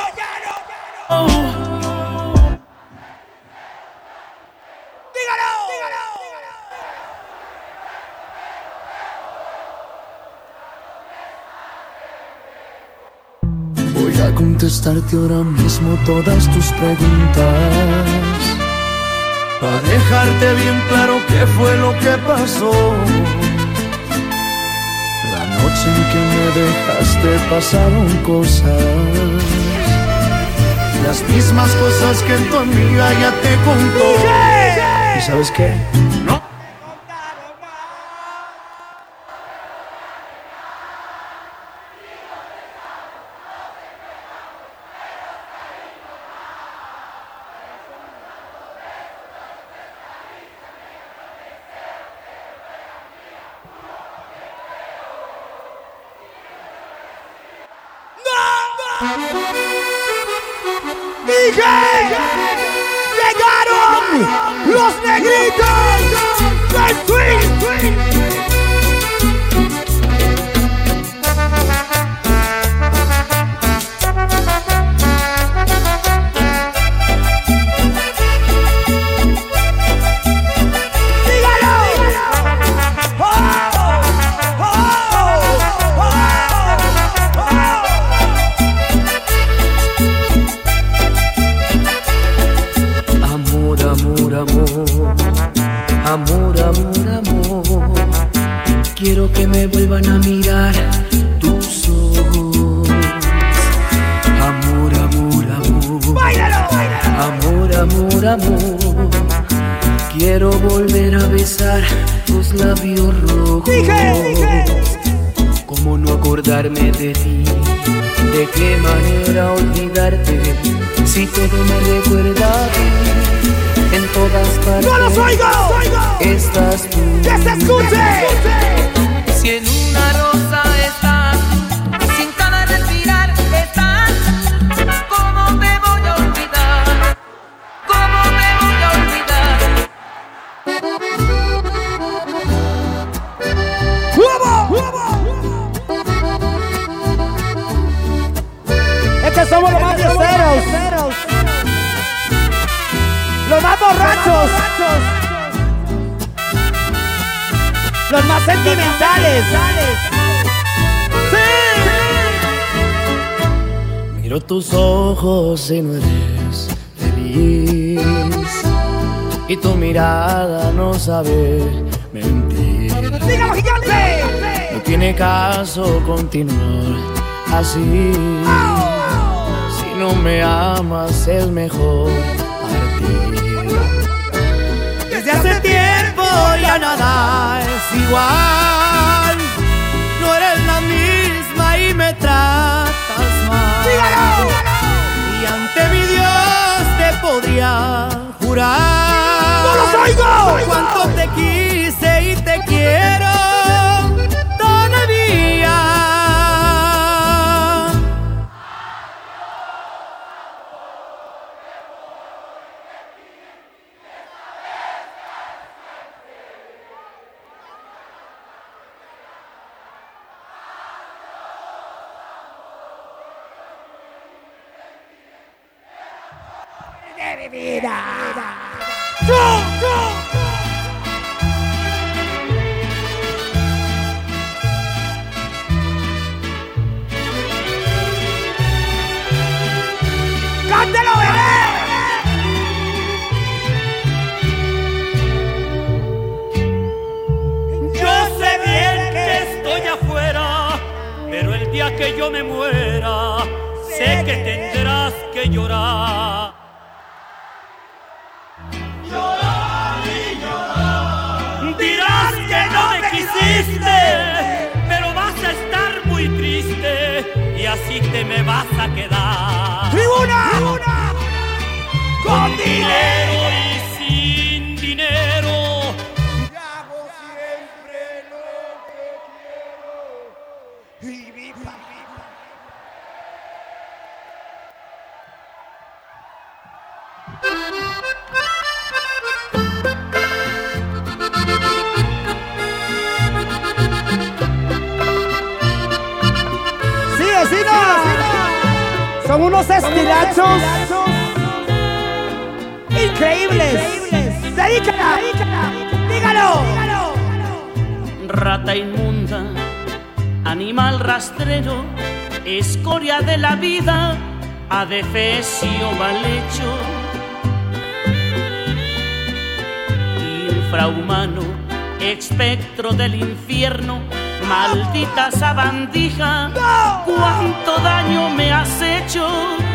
Voy a contestarte ahora mismo todas tus preguntas, para dejarte bien claro qué fue lo que pasó. La noche en que me dejaste pasaron cosas, las mismas cosas que tu amiga ya te contó. ¿Y sabes qué? No.
¡Llegaron los negritos del Twin!
Amor, amor, amor, quiero que me vuelvan a mirar tus ojos. Amor, amor, amor, amor, amor, amor, quiero volver a besar tus labios rojos. ¿Cómo no acordarme de ti? ¿De qué manera olvidarte? Si todo me recuerda a ti. En todas partes
¡No los oigo!
Estás tú.
¡Que se escuche!
Si en una rosa estás, sin cada respirar estás, ¿cómo me voy a olvidar? ¿Cómo me voy a
olvidar? Es que somos los más fiesteros, los más borrachos, los más sentimentales. ¡Sí!
Miro tus ojos y no eres feliz, y tu mirada no sabe mentir.
¡Dígalo, gigante!
No tiene caso continuar así. Si no me amas es mejor partir.
Desde hace tiempo ya nada es igual.
No eres la misma y me tratas mal.
¡Dígalo!
Y ante mi Dios te podría jurar.
¡No los oigo!
Cuánto te quise y te quiero todavía.
De mi vida. ¡Cántelo, bebé!
día que yo me muera, sé que tendrás que llorar.
Llorar y llorar.
Dirás que no me quisiste, pero vas a estar muy triste y así te me vas a quedar.
¡Tribuna!
Con dinero y sin dinero.
Hago siempre lo que quiero y viva. Sí, vecinos. Son unos estilachos increíbles. Dedícala. Dígalo.
Rata inmunda, animal rastrero, escoria de la vida, adefesio mal hecho. Infrahumano, espectro del infierno, maldita sabandija, cuánto daño me has hecho.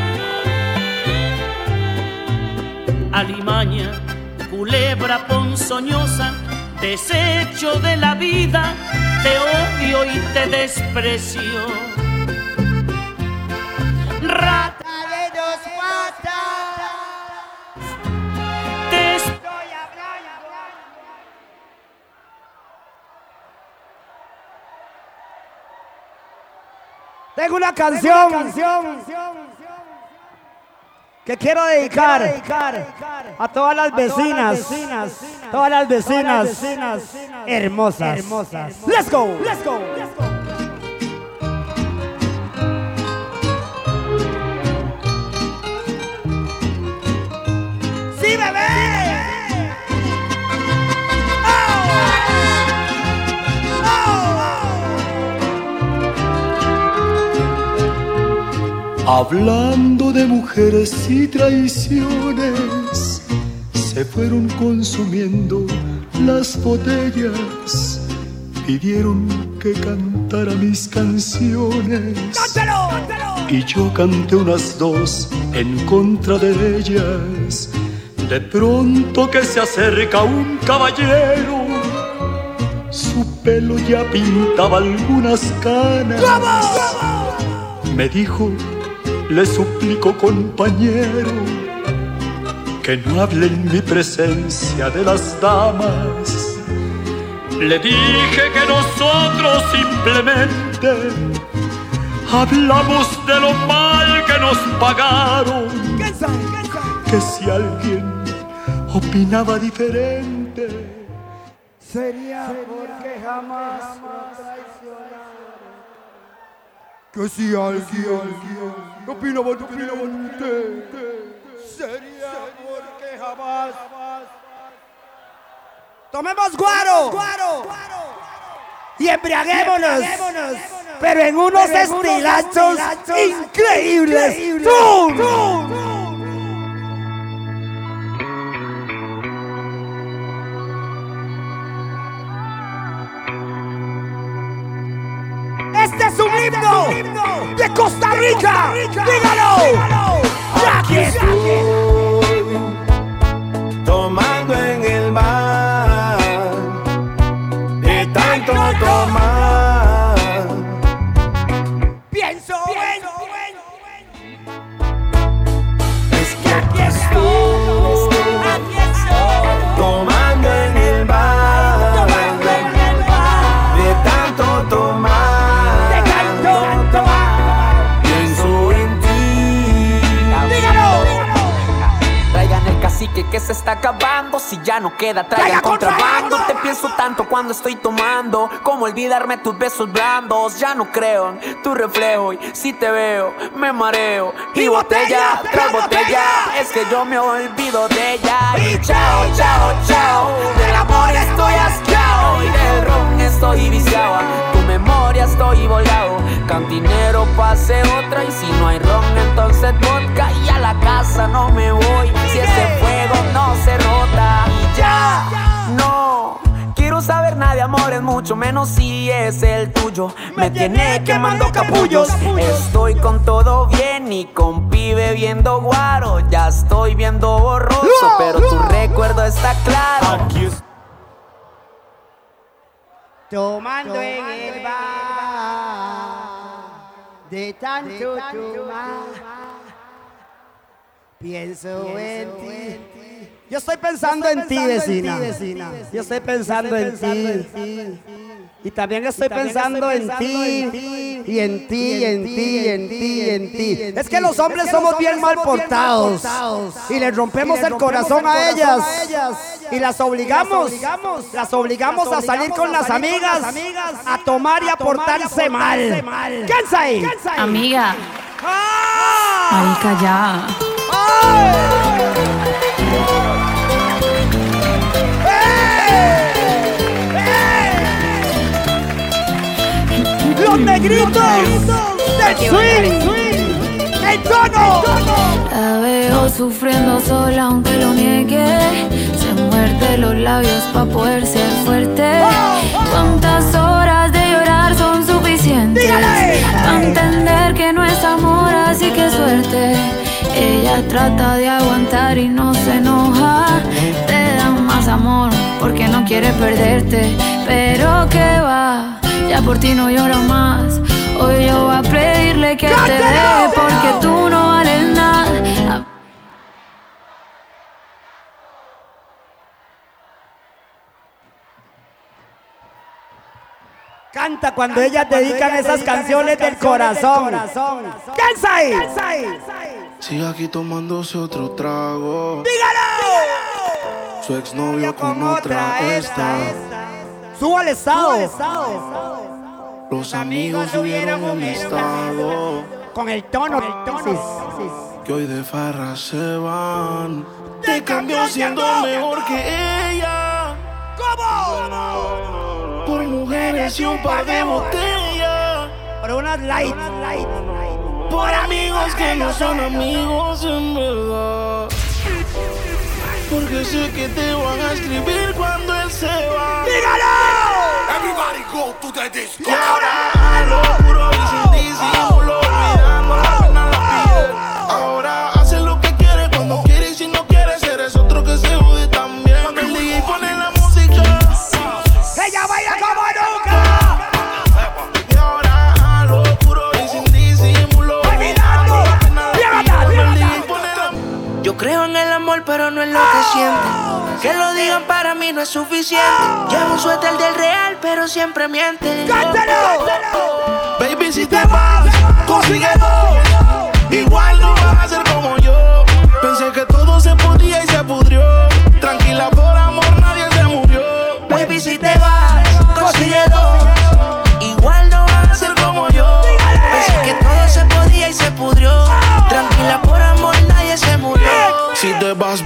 Alimaña, culebra ponzoñosa, desecho de la vida, te odio y te desprecio. Rata
de dos patas,
te
estoy hablando. Tengo una canción que quiero dedicar a todas las vecinas hermosas. Let's go. Sí, bebé.
Hablando de mujeres y traiciones, se fueron consumiendo las botellas, pidieron que cantara mis canciones.
¡Cántalo!
Y yo canté unas dos en contra de ellas. De pronto que se acerca un caballero, su pelo ya pintaba algunas canas. Me dijo: le suplico, compañero, que no hable en mi presencia de las damas. Le dije que nosotros simplemente hablamos de lo mal que nos pagaron. Que si alguien opinaba diferente,
sería porque jamás me traicionaron.
Que si alguien opinaba diferente,
sería porque jamás. Tomemos guaro y embriaguémonos, pero en unos estilachos increíbles. ¡Tum! Este es un himno de Costa Rica. Dígalo.
Aquí estoy tomando en el mar, de tanto tomar.
Pienso.
Es que aquí estoy tomando en el mar, de tanto tomar.
Que se está acabando, si ya no queda, traigan contrabando. Te pienso tanto cuando estoy tomando, como olvidarme tus besos blandos. Ya no creo en tu reflejo y si te veo me mareo. Y botella tras botella, es que yo me olvido de ella. Y chao, chao, chao, del amor estoy asqueado y del ron estoy viciado. Tu memoria estoy volado, cantinero pase otra y si no hay ron entonces vodka. Y a la casa no me voy si ese fuego no se rota. Y ya no quiero saber nada de amores, mucho mucho menos si es el tuyo. Me tiene quemando capullos. Estoy con todo bien y con pibe viendo guaro. Ya estoy viendo borroso, pero tu recuerdo está claro.
Aquí es.
Tomando en el bar, de tanto tomar, pienso en ti. Yo estoy pensando en ti, vecina. Yo estoy pensando en ti. Y también estoy pensando en ti. Y en ti, y en ti, y en ti, y en ti. Es que los hombres somos bien mal portados. Y les rompemos el corazón a ellas. Y las obligamos a salir con las amigas, a tomar y a portarse mal. ¿Quién es ahí?
Amiga. Marica, ya.
Los negritos del swing, el tono.
La veo sufriendo sola aunque lo niegue. Se muerde los labios pa' poder ser fuerte. ¿Cuántas horas de llorar son suficientes? Pa' entender que no es amor, así que suerte. Ella trata de aguantar y no se enoja. Te dan más amor porque no quiere perderte. Pero que va, ya por ti no lloro más. Hoy yo voy a pedirle que te deje porque tú no vales nada.
Canta cuando ellas dedican esas canciones del corazón. ¿Quién es ahí?
Sigue aquí tomándose otro trago.
¡Dígalo!
Su exnovio con otra está.
Suba al estado.
Los amigos subieron un estado.
Con el tono.
Que hoy de farra se van. Te cambió siendo mejor que ella.
¿Cómo?
Por mujeres y un par de botellas.
Por unas light.
Por amigos que no son amigos en verdad. Porque sé que te van a escribir cuando él se va.
¡Dígalo!
Everybody go to the disco.
Y ahora a lo puro y sin disimulo, olvidando la pena en la piel. Ahora hace lo que quiere cuando quiere y si no quiere, eres otro que se jode también. Cuando el DJ pone la música,
ella baila como nunca.
y ahora a lo puro y sin disimulo, olvidando la pena en la piel. Cuando el DJ pone la música.
Yo creo en el amor pero no en lo que sienten. Que lo digan para mí no es suficiente. Llevo un suéter del real pero siempre mienten.
Baby, si te vas, consigue dos. Igual no vas a ser como yo. Pensé que todo se podía y se pudrió. Tranquila, por amor nadie se murió.
Baby, si te vas, consigue dos. Igual no vas a ser como yo. Pensé que todo se podía y se pudrió. Tranquila, por amor nadie se murió.
Si te vas.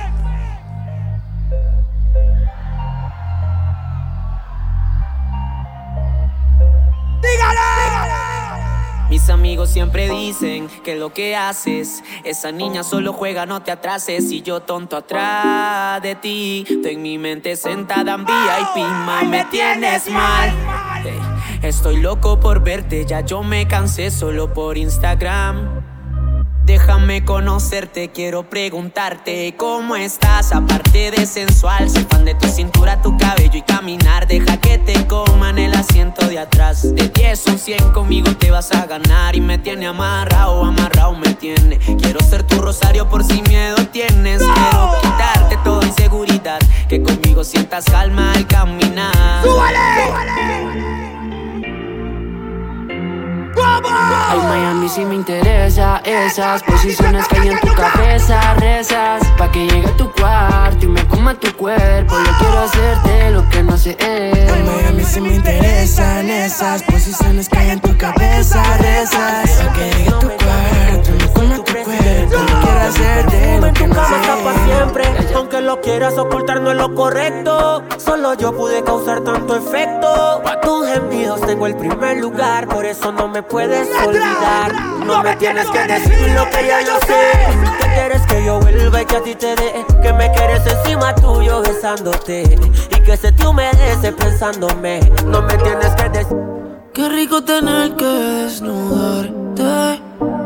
Mis amigos siempre dicen que lo que haces, esa niña solo juega, no te atrases. Y yo tonto atrás de ti, tú en mi mente sentada en VIP, ma, me tienes mal. Estoy loco por verte, ya yo me cansé solo por Instagram. Déjame conocerte, quiero preguntarte cómo estás, aparte de sensual. Soy fan de tu cintura, tu cabello y caminar. Deja que te coman el asiento de atrás. De 10 un 100 conmigo te vas a ganar. Y me tiene amarrado me tiene. Quiero ser tu rosario por si miedo tienes. Quiero quitarte toda inseguridad, que conmigo sientas calma al caminar.
Ay, Miami, si me interesa esas posiciones que hay en tu cabeza. Rezas pa' que llegue a tu cuarto y me coma tu cuerpo. Yo quiero hacerte lo que no hace él.
Ay, Miami, si me interesan esas posiciones que hay en tu cabeza. Rezas pa' que llegue a tu cuarto y me coma tu cuerpo. Yo quiero hacerte lo que no hace él.
Siempre, aunque lo quieras ocultar no es lo correcto. Solo yo pude causar tanto efecto. Pa' tus gemidos tengo el primer lugar, por eso no me puedes olvidar. No me tienes que decir lo que ya yo sé. Que quieres que yo vuelva y que a ti te dé. Que me quieres encima tuyo besándote. Y que se te humedece pensándome. No me tienes que decir.
Qué rico tener que desnudarte.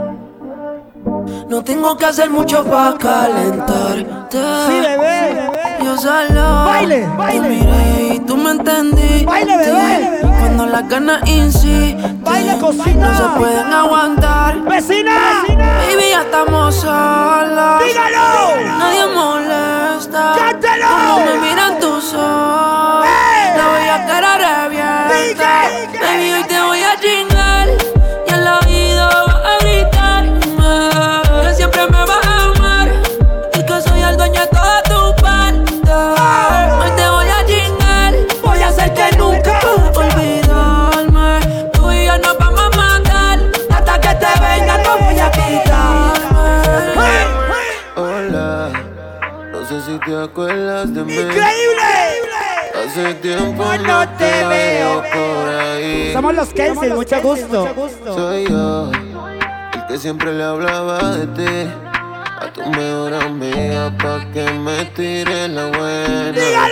No tengo que hacer mucho para calentarte.
Sí, bebé.
Yo solo
baile, baile.
Te miré y tú me entendí.
Baile, bebé.
Cuando las ganas insisten,
baile, cocina.
no se pueden aguantar.
Vecina,
baby, ya estamos solos.
Dígalo.
Nadie molesta.
Cántalo.
Cuando me miran tus ojos, la voy a querer revienta. Baby, hoy te voy a chingar y al oído a gritarme que siempre me vas a amar y que soy el dueño de toda tu parte. Hoy te voy a chingar, voy a hacer que nunca olvidarme. Tú y yo nos vamos a matar hasta que te venga, no voy a quitarme.
Hola, no sé si te acuerdas de mí.
¡Increíble!
Hace tiempo no te veo por ahí.
Somos los Kelsey, mucho gusto.
Soy yo, el que siempre le hablaba de ti a tu mejor amiga pa' que me tire la buena.
¡Dígalo!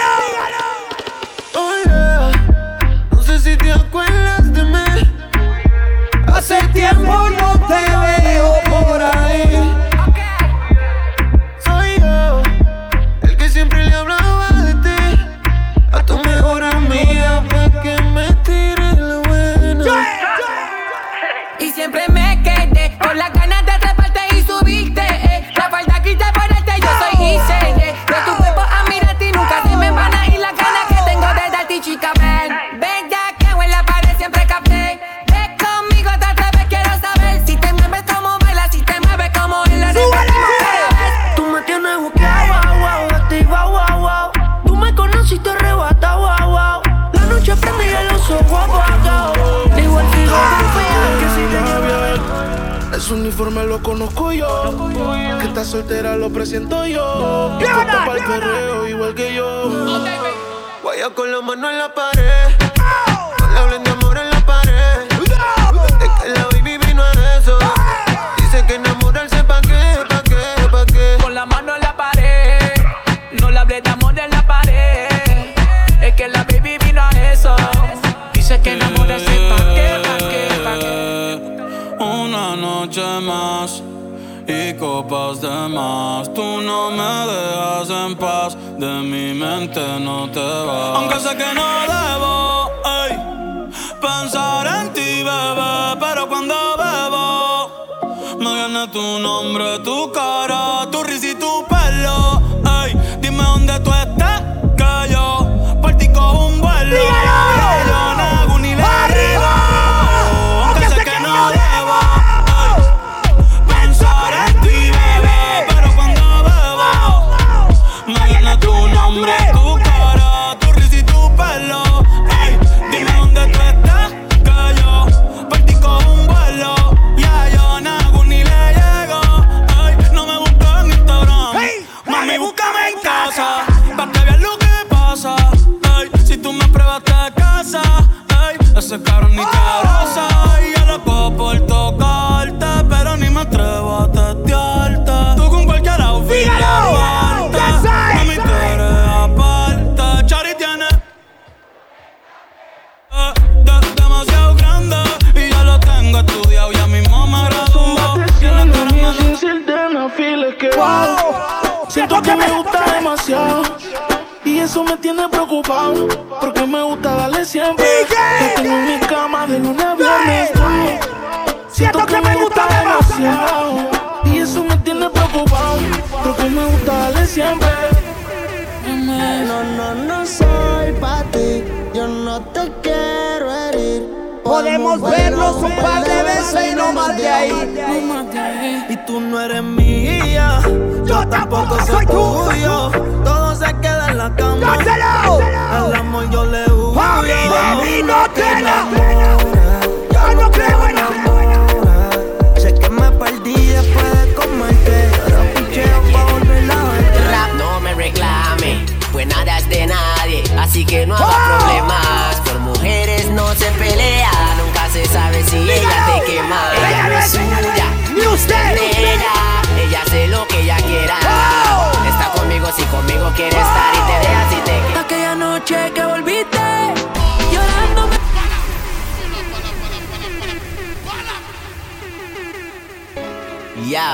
Hola, no sé si te acuerdas de mí.
Hace tiempo no te veo por ahí.
Soy yo, el que siempre le hablaba de ti a tu mejor amiga pa' que me tire la buena.
Y siempre me quedé con las ganas de atraparte y subirte. La falda quité ponerte, yo soy Gise. De tu cuerpo a mirarte y nunca se me van a ir las ganas que tengo de darte, chica. Ven ya que en la pared siempre capté. Ven conmigo otra vez, quiero saber si te mueves como bailas, si te mueves como él lo repetimos cada vez.
Tú me tienes buqueado, wow, wow, activa, wow, wow. Tú me conociste arrebata, wow, wow. La noche prende y el oso, wow, wow. Digo el fijo,
que si viene bien, ese uniforme lo conozco yo. Que estás soltera lo presiento yo. Y tú estás pa'l perreo igual que yo.
Vaya con la mano en la pared. No le hablen de amor en la pared. Es que la baby vino a eso. Dice que enamorarse pa' qué, pa' qué, pa' qué.
Con la mano en la pared. No le hablé de amor en la pared. Es que la baby vino a eso. Dice que enamorarse pa' qué, pa' qué, pa' qué.
Una noche más y copas de más. Tú no me dejas en paz, de mi mente no te vas. Aunque sé que no debo pensar en ti, bebé, pero cuando bebo me viene tu nombre, tu cara, tu risa y tu pelo. Dime dónde tú estás, que yo por ti cojo un vuelo. Yo no hago ni arriba. Aunque sé que no debo pensar en ti, bebé, pero cuando bebo me viene tu nombre, tu cara, tu risa y tu pelo. Dime dónde tú estás, que yo por ti cojo un vuelo. Ya yo no hago ni le llego. No me busques en Instagram, mami, búscame en casa pa' que veas lo que pasa. Si tú me pruebas te casa, ese cabrón ni te abraza. Y yo loco por tocarte, pero ni me atrevo a testearte. Tú con cualquier outfit le falta, mami, tú eres aparte. Chari tiene demasiado grande y ya lo tengo estudiado, ya mismo me graduó.
Sin decirte no files que siento que me gusta demasiado y eso me tiene preocupado porque me gusta darle siempre. Te tengo en mi cama de lunes a viernes. Siento que me gusta demasiado y eso me tiene preocupado porque me gusta darle siempre.
No soy pa' ti, yo no te quiero herir.
Podemos vernos un par de veces y no más de ahí.
Y tú no eres mía, yo tampoco soy tuyo. Todo se queda en la cama. Al amor yo le huyo.
Baby, no te enamoras. Yo no creo en amor.
Sé que me perdí después de comerte. Ahora picheo pa' volver a verte.
Rap no me reclame, pues nada es de nadie, así que no haga problemas. Por mujeres no se pelea, nunca se sabe si ella te quema. Ella no es suya, ni usted de ella hace lo que ella quiera. Está conmigo si conmigo quiere estar y te deja si te queda.
Aquella noche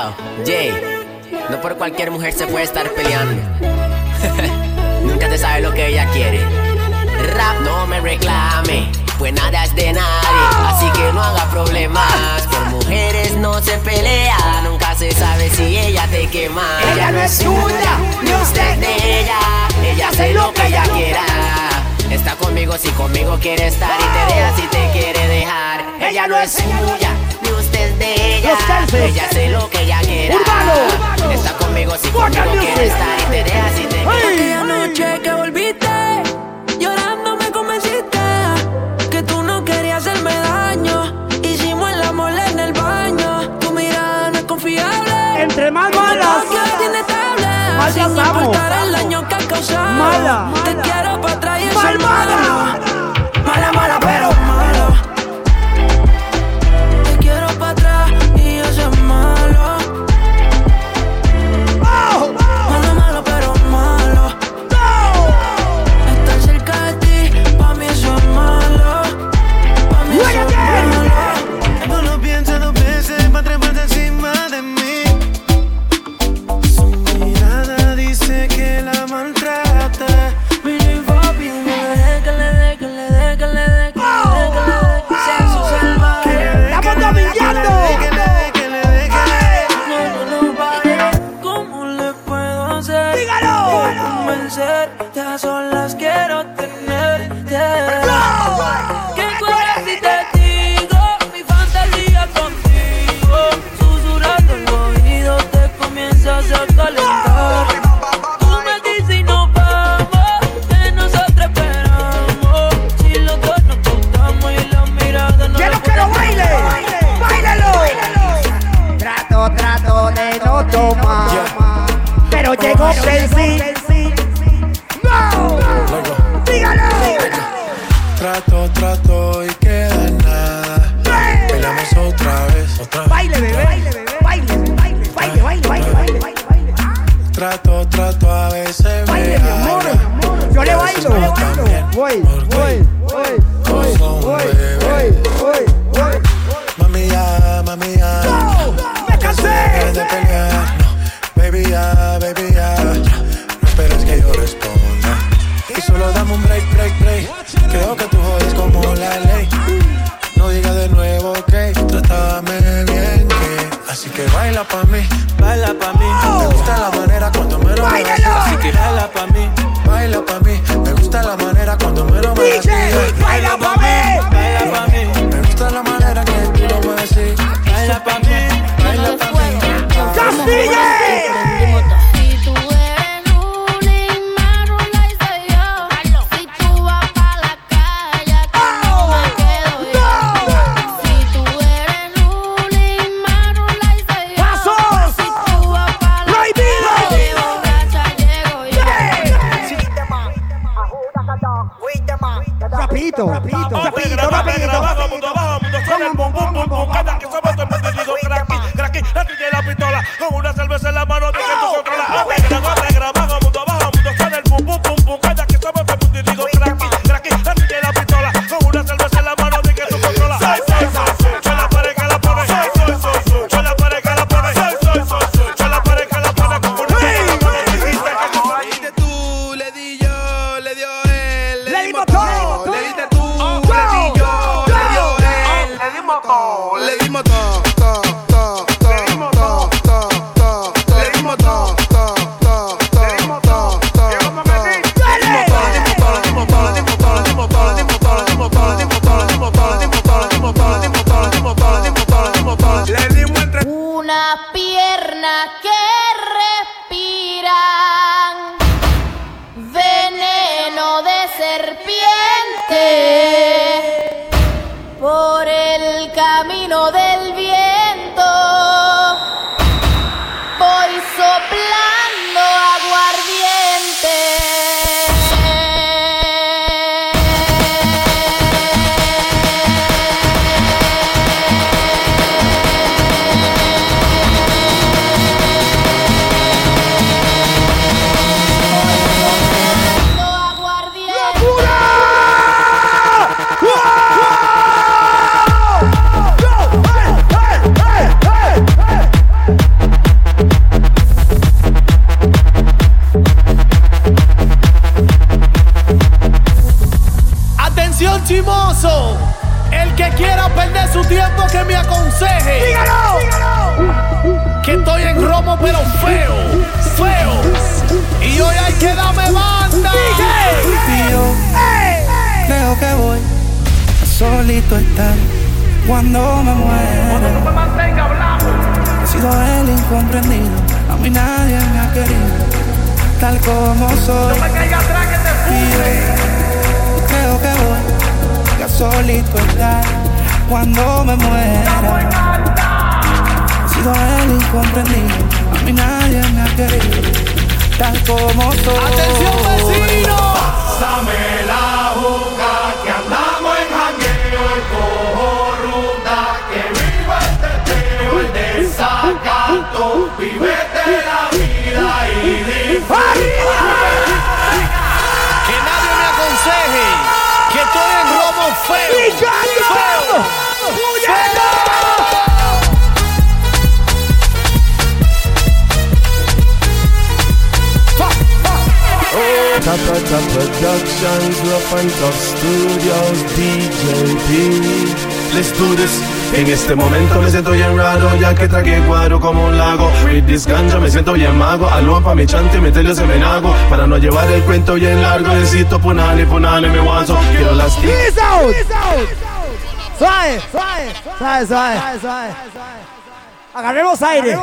Yo, Jay, no por cualquier mujer se puede estar peleando. Nunca te sabe lo que ella quiere. Rap no me reclame, pues nada es de nadie, así que no haga problemas. Por mujeres no se pelea, nunca se sabe si ella te quema.
Ella no es suya, ni usted de ella.
Ella hace lo que ella quiera. Está conmigo si conmigo quiere estar y te deja si te quiere dejar. Ella no es suya, ni usted es de ella. Ella hace lo que ella quiera. Está conmigo si conmigo quiere estar y te deja si te quiere.
Aquella noche que volviste, llorando me convenciste que tú no querías hacerme daño. Hicimos el amor en el baño. Tu mirada no es confiable.
Entre más malas,
más las amo. Sin importar el daño que has causado.
Mala.
Te quiero para atrás y eso
Mal,
es malo.
mala.
Mala, mala, pero malo. Te quiero para atrás y eso es malo. Malo, malo, pero malo. Estar cerca de ti, pa' mí eso es malo. Pa' mí eso es malo.
No lo pienses dos veces pa' treparte encima de mí. Su mirada dice que la maltrata.
Mire, papi, no le dé, que le dé, que le dé, que le dé, que le dé, que le dé. Sea su salvaje.
¡Estamos dominando!
No, vale. ¿Cómo le puedo hacer?
¡Dígalo!
Convencerte, a solas quiero tenerte. ¿Qué cuadras si te digo mi fantasía contigo? Susurrando el oído te comienzas a calentar. Tú me dices y nos vamos, que nosotros esperamos. Si los dos nos gustamos y la mirada no.
¡Quiero que lo baile! ¡Báilalo! Trato de no tomar, pero llegó Pensi. ¡No! ¡Dígalo!
Trato y queda nada. Bailamos otra vez.
Baile, bebé. Baile.
Trato a veces
Baile, mi amor. Yo le bailo. Voy.
Mami ya.
¡Me cansé!
De pelear. Baby ya. No esperes que yo responda. Y solo dame un break. Creo que tú jodes como la ley. No digas de nuevo que trátame bien, que así que baila pa' mí. Me gusta la manera cuando me lo me así que baila pa' mí. Me gusta la manera cuando me lo me
¡Baila pa' mí!
Me gusta la manera que tú lo me decís. Baila pa' mí.
¡Castille!
Si tú eres ruling, más ruling soy yo. Si tú vas pa' la calle, ¿cómo me quedo yo? Si tú eres ruling, más ruling soy yo. Si tú vas pa' la calle, borracha llego yo.
Y hoy hay que darme banda.
Y yo creo que voy a solito estar cuando me muera. He sido el incomprendido, a mí nadie me ha querido tal como soy. Y yo creo que voy a solito estar cuando me muera. He sido el incomprendido, a mí nadie me ha querido tal como soy.
¡Atención, vecino!
Pásame la juca, que andamos en jangueo, el cojo ruta, que viva el teteo, el desacato, vivete la vida y disfruta.
Que nadie me aconseje que estoy en robo feo.
Tapa Productions, Rough and Tough Studios, DJ P. Let's do this. En este momento me siento bien raro, ya que tragué guaro como un lago. With this ganja me siento bien mago. Aló pa' mi chante, meterle se me nago. Para no llevar el cuento bien largo, necesito punani, me guanzo. Quiero las
Peace out. Suave. Agarremos aire.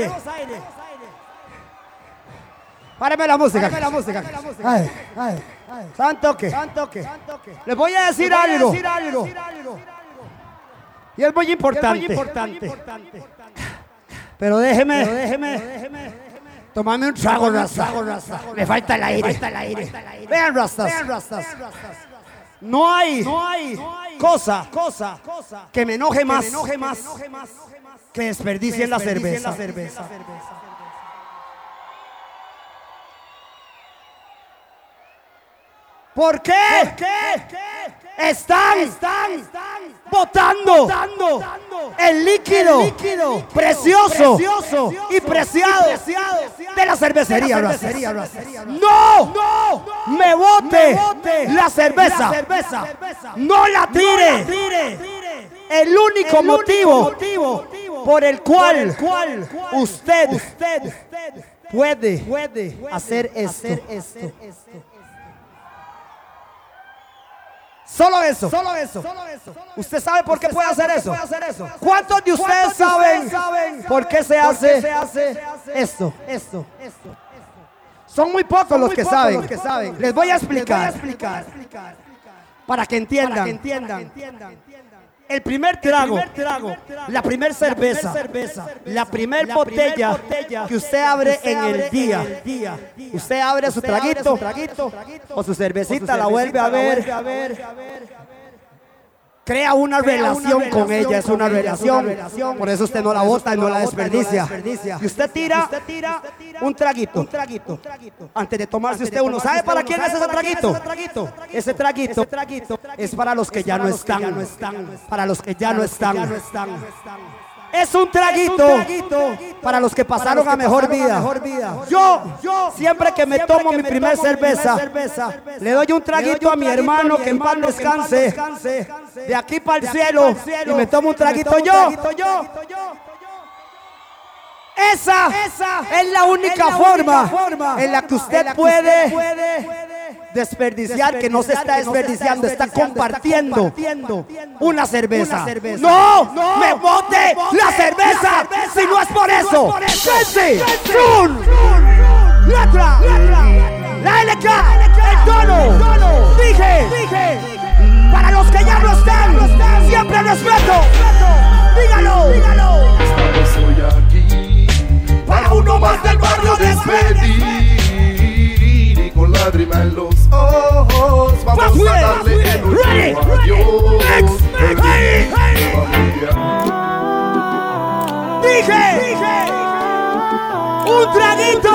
Páreme la música. Ay. Santo que. Les voy a decir algo. Y es muy importante. Pero déjeme tomarme un trago, raza. Me falta el aire. Vean, rastas. No hay cosa que me enoje más que desperdicien la cerveza. ¿Por qué? Están botando el líquido precioso y preciado de la cervecería. No me bote la cerveza. No la tire. El único motivo por el cual usted puede hacer esto. Solo eso. ¿Usted sabe por qué puede hacer eso? ¿Cuántos de ustedes saben por qué se hace esto? Son muy pocos los que saben. Les voy a explicar. Para que entiendan. El primer trago, la primer cerveza, la primer botella que usted abre en el día. Usted abre su traguito o su cervecita, la vuelve a ver. Crea una relación con ella, es una relación. Por eso usted no la bota y no la desperdicia. Y usted tira un traguito. Antes de tomarse usted uno, ¿sabe para quién es ese traguito? Ese traguito es para los que ya no están. Para los que ya no están. Es un traguito para los que pasaron a mejor vida. Yo, siempre que me tomo mi primer cerveza, le doy un traguito a mi hermano que en paz descanse, de aquí para el cielo, y me tomo un traguito yo. Esa es la única forma en la que usted puede desperdiciar, que no se está desperdiciando, está compartiendo una cerveza. No me bote la cerveza si no es por eso. Letra, la LK, el tono. Dije, para los que ya no están, siempre respeto. Dígalo.
Estoy aquí para uno más del barrio despedir. Y con lágrima en los ojos vamos a darle el último adiós.
Dije, un traguito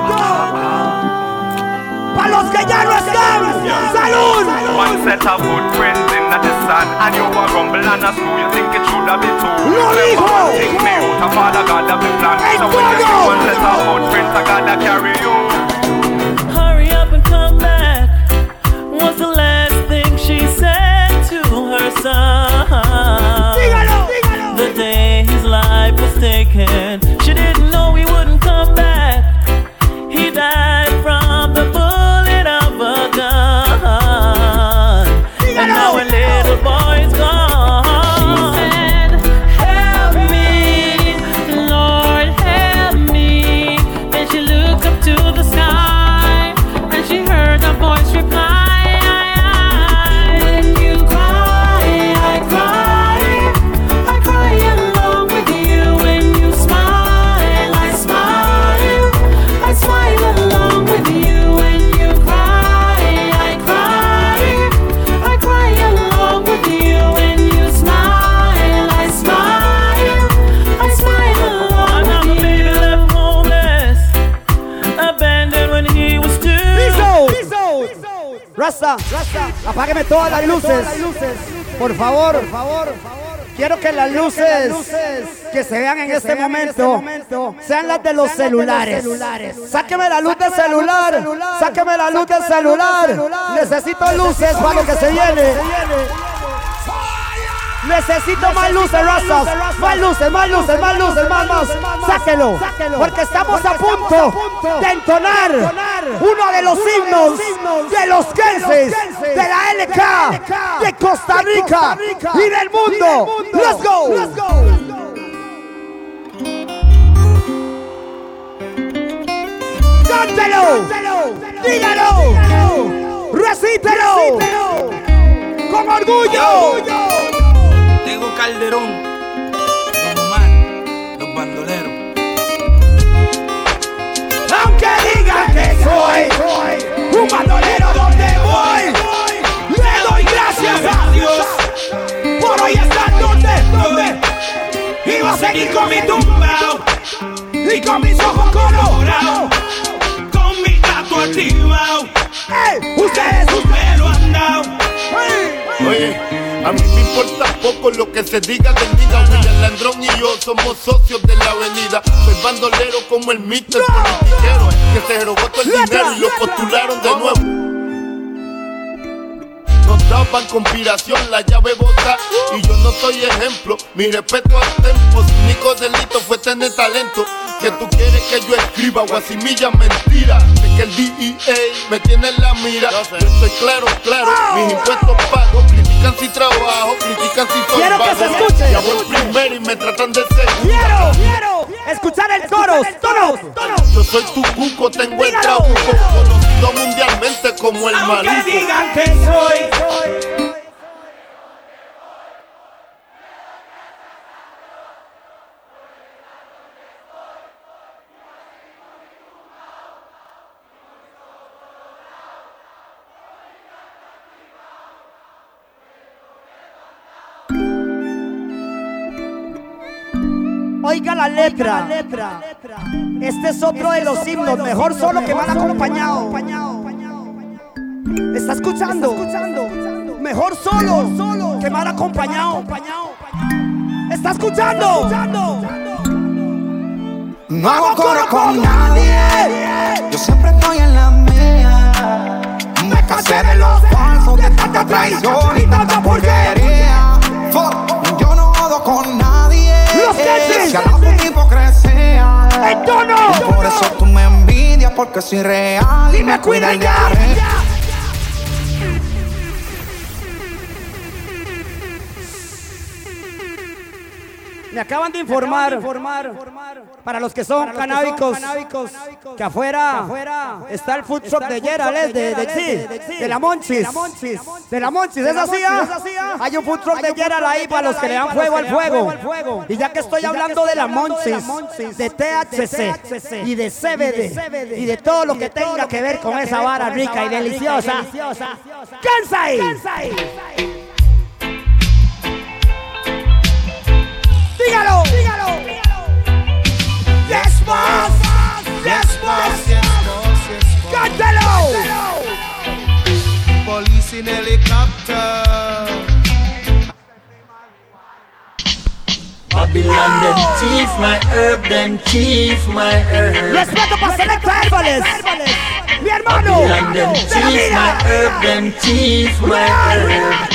para los que ya no están. ¡Salud!
One set of footprints in the sun, and you are rumble and a screw. You think it should have been two.
¡Lo dijo!
Take me out of all the God of the plan. So when you see one set of footprints, I gotta carry you.
Hurry up and come back was the last thing she said to her son.
Dígalo.
The day his life was taken, she didn't know he wouldn't come back. He died from
Rasta, apágueme todas las luces. Por favor. Quiero que las luces que se vean en este momento sean las de los celulares. Sáqueme la luz del celular. Sáqueme la luz del celular. Necesito luces para lo que se viene. Necesito más luces, Rastas. Más luces. Sáquelo. Porque estamos a punto de entonar uno de los himnos de los Kenses, de la LK, de Costa Rica y del mundo. Let's go. Cántelo. Dígalo. Recítelo. Con orgullo.
Tengo Calderón, Don Omar, los bandoleros.
Aunque digan que soy un bandolero donde voy, le doy gracias a Dios por hoy estar donde estoy. Y voy a seguir con mi tumbao y con mis ojos colorados, con mi gato activado. Ustedes me lo han dado.
Oye, a mí me importa poco lo que se diga del nigga. William Landrón y yo somos socios de la avenida. Soy bandolero como el Mr. Politiquero, que se robó todo el dinero y lo postularon de nuevo. Nos daban conspiración, la llave bota y yo no soy ejemplo. Mi respeto al tempo, su único delito fue tener talento. Que tú quieres que yo escriba guasimilla mentira. De que el DEA me tiene en la mira. Yo estoy claro, mis impuestos pago. Critican si trabajo, critican si soy
Quiero
vago.
que se escuche.
Ya voy primero y me tratan de segundo.
Quiero escuchar el coro.
Yo soy tu cuco, tengo el trabuco, conocido mundialmente como el maluco.
Aunque digan que soy. Oiga la letra. Este es otro de los himnos, mejor solo que mal acompañado. ¿Está escuchando? Mejor solo que mal acompañado. ¿Está escuchando?
No hago coro con nadie, yo siempre estoy en la mía. Me cansé de los falsos, de tanta traición y tanta porquería. Yo no jodo con nadie. Si hablas por hipocresía, por eso tú me envidias, porque soy real y me cuida el diario.
Me acaban de informar, para los que son canábicos, que afuera está el food truck de Gerald, de la Monchis. ¿Es así? Hay un food truck de Gerald ahí para los que le dan fuego al fuego. Y ya que estoy hablando de la Monchis, de THC y de CBD y de todo lo que tenga que ver con esa vara rica y deliciosa, ¡Kansai! Dígalo. Yes, boss. Cántalo.
Police in helicopter.
Babylon them chief my herb, them chief my herb.
Respeto para Selecta Herbales. Mi hermano.
Babylon them chief my herb, them chief my herb.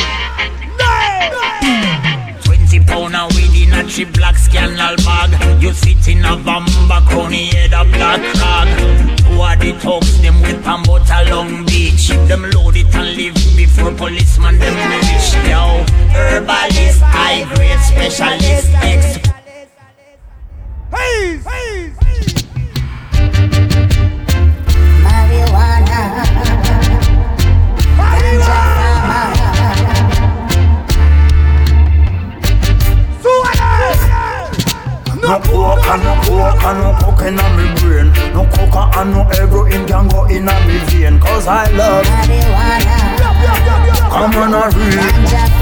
20 pound of weed in a cheap black scandal bag. You sit in a Vamba County head a black rag. Who are the thugs, them with pan but a Long Beach. Them load it and leave before policeman them reach. Yo, herbalist, high grade specialist,
Hey!
Marijuana.
No coke and no coke in my brain. No coca and no heroin can go in my vein. Cause I love
marijuana.
Come on a real.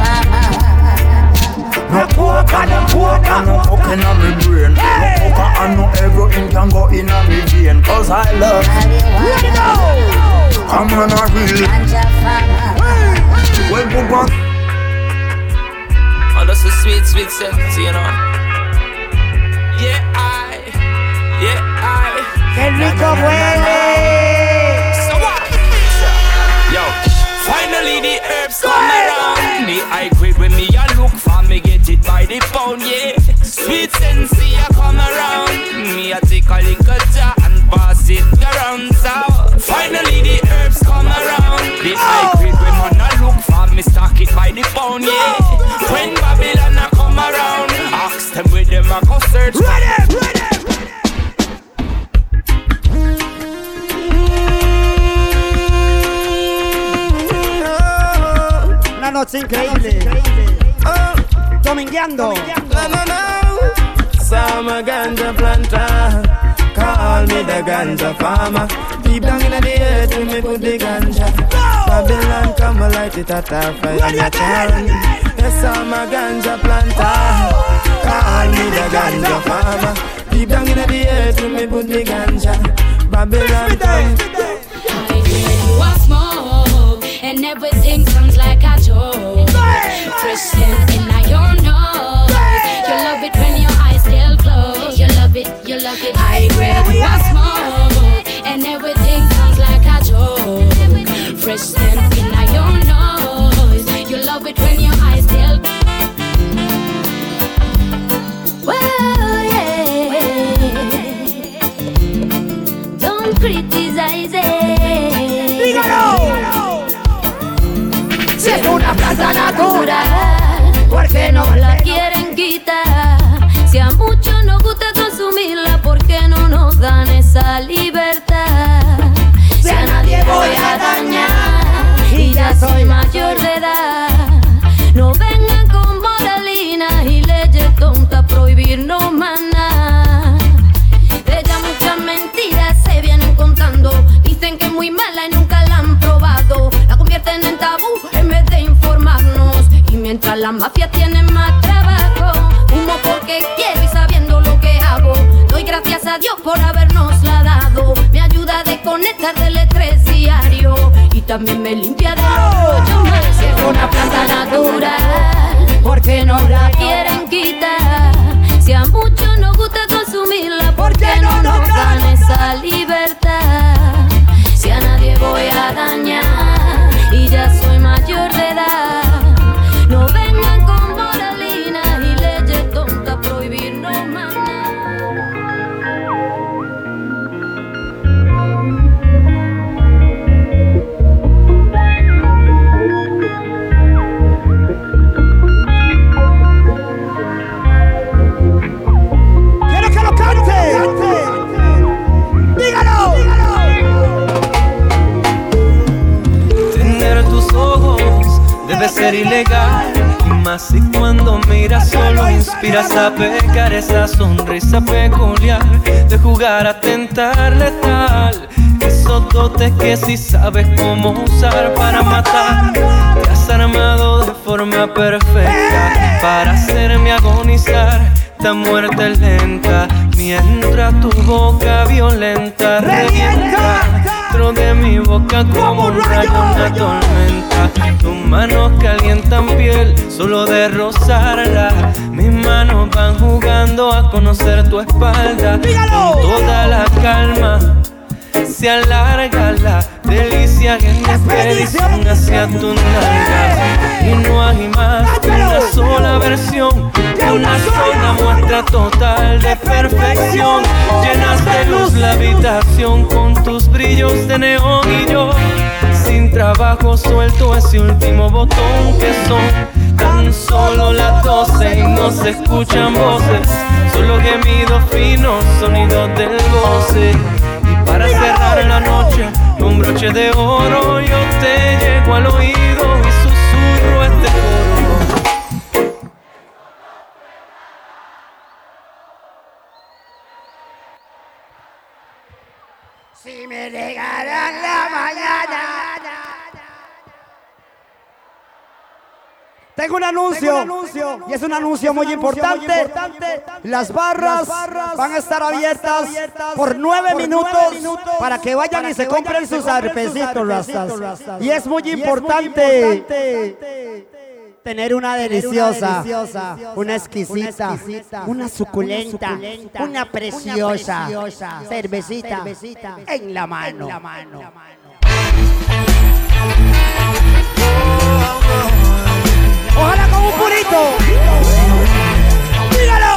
No coke and no coke in my brain. No coca and no heroin can go in my vein. Cause I love
marijuana.
come on a real
ganja farmer.
Well, Bubba.
Oh, that's a sweet, sweet sense, you know. Yeah,
¡Qué rico huele!
So what? Yo, finally the herbs come around. The high grade when me a look for, me get it by the pound, yeah. Sweet sense, I come around. Me a take a little jar and pass it around. So finally the herbs come around. The high grade when man a look for, me stock it by the pound, yeah. When Babylon a come around, ask them where them a go search.
Una noche increíble. Domingueando.
Some a ganja planter, call me the ganja farmer. Deep down in the earth, when me put the ganja. Babylon come and light it at a fire and a charm. Yes, I'm a ganja planter, call me the ganja farmer. Deep down in the earth, when me put the ganja. Babylon come.
I smoke and everything sounds like a joke. Fresh scent in your nose. You love it when your eyes still closed. You love it, you love it. I grade I smoke and everything sounds like a joke. Fresh scent in your nose. You love it when your eyes still. Well, yeah. Don't criticize it.
Dígalo.
Si es una planta natural, ¿por qué no la quieren quitar? Si a muchos nos gusta consumirla, ¿por qué no nos dan esa libertad? Si a nadie voy a dañar y ya soy mayor de edad, no vengan con moralinas y leyes tontas, prohibirnos más nada. De ella muchas mentiras se vienen contando, dicen que es muy mala y nunca la han probado. La convierten en tabú en vez de informarnos, y mientras las mafias tienen más trabajo, humo porque quiero y sabiendo lo que hago. Doy gracias a Dios por habernosla dado. Me ayuda a desconectar del estrés diario y también me limpia de los rollos más. Si es una planta natural, ¿por qué no la quieren quitar? Si a muchos nos gusta consumirla, ¿por qué no nos dan esa libertad? Si a nadie voy a dañar y ya soy mayor de edad, no vengan con moralinas y leyes tontas, prohibirnos más
¡Quiero que lo cante! ¡Dígalo!
Tener tus ojos debe ser ilegal, y más si cuando miras solo inspiras a pecar. Esa sonrisa peculiar de jugar a tentar letal, esos dotes que sí sabes cómo usar para matar. Te has armado de forma perfecta para hacerme agonizar. Esta muerte lenta, mientras tu boca violenta revienta dentro de mi boca como un rayo, una tormenta. Tus manos calientan piel solo de rozarla. Mis manos van jugando a conocer tu espalda. Con toda la calma se alarga la delicia en expedición hacia tu nalgas. Y no hay más que una sola versión, una sola muestra total de perfección. Llenas de luz la habitación con tus brillos de neón, y yo sin trabajo suelto ese último botón que son tan solo las 12 y no se escuchan voces, solo gemidos finos, sonidos del goce. Para cerrar la noche con broche de oro, yo te llego al oído y susurro este coro.
Si me regalan la mañana, Tengo un anuncio y es un anuncio muy importante. Las barras van a estar abiertas por 9 minutos para que vayan y se compren sus cervecitos, rastas. Y es muy importante tener una deliciosa, una exquisita, una suculenta, una preciosa cervecita en la mano. Ojalá con un purito. ¡Dígalo!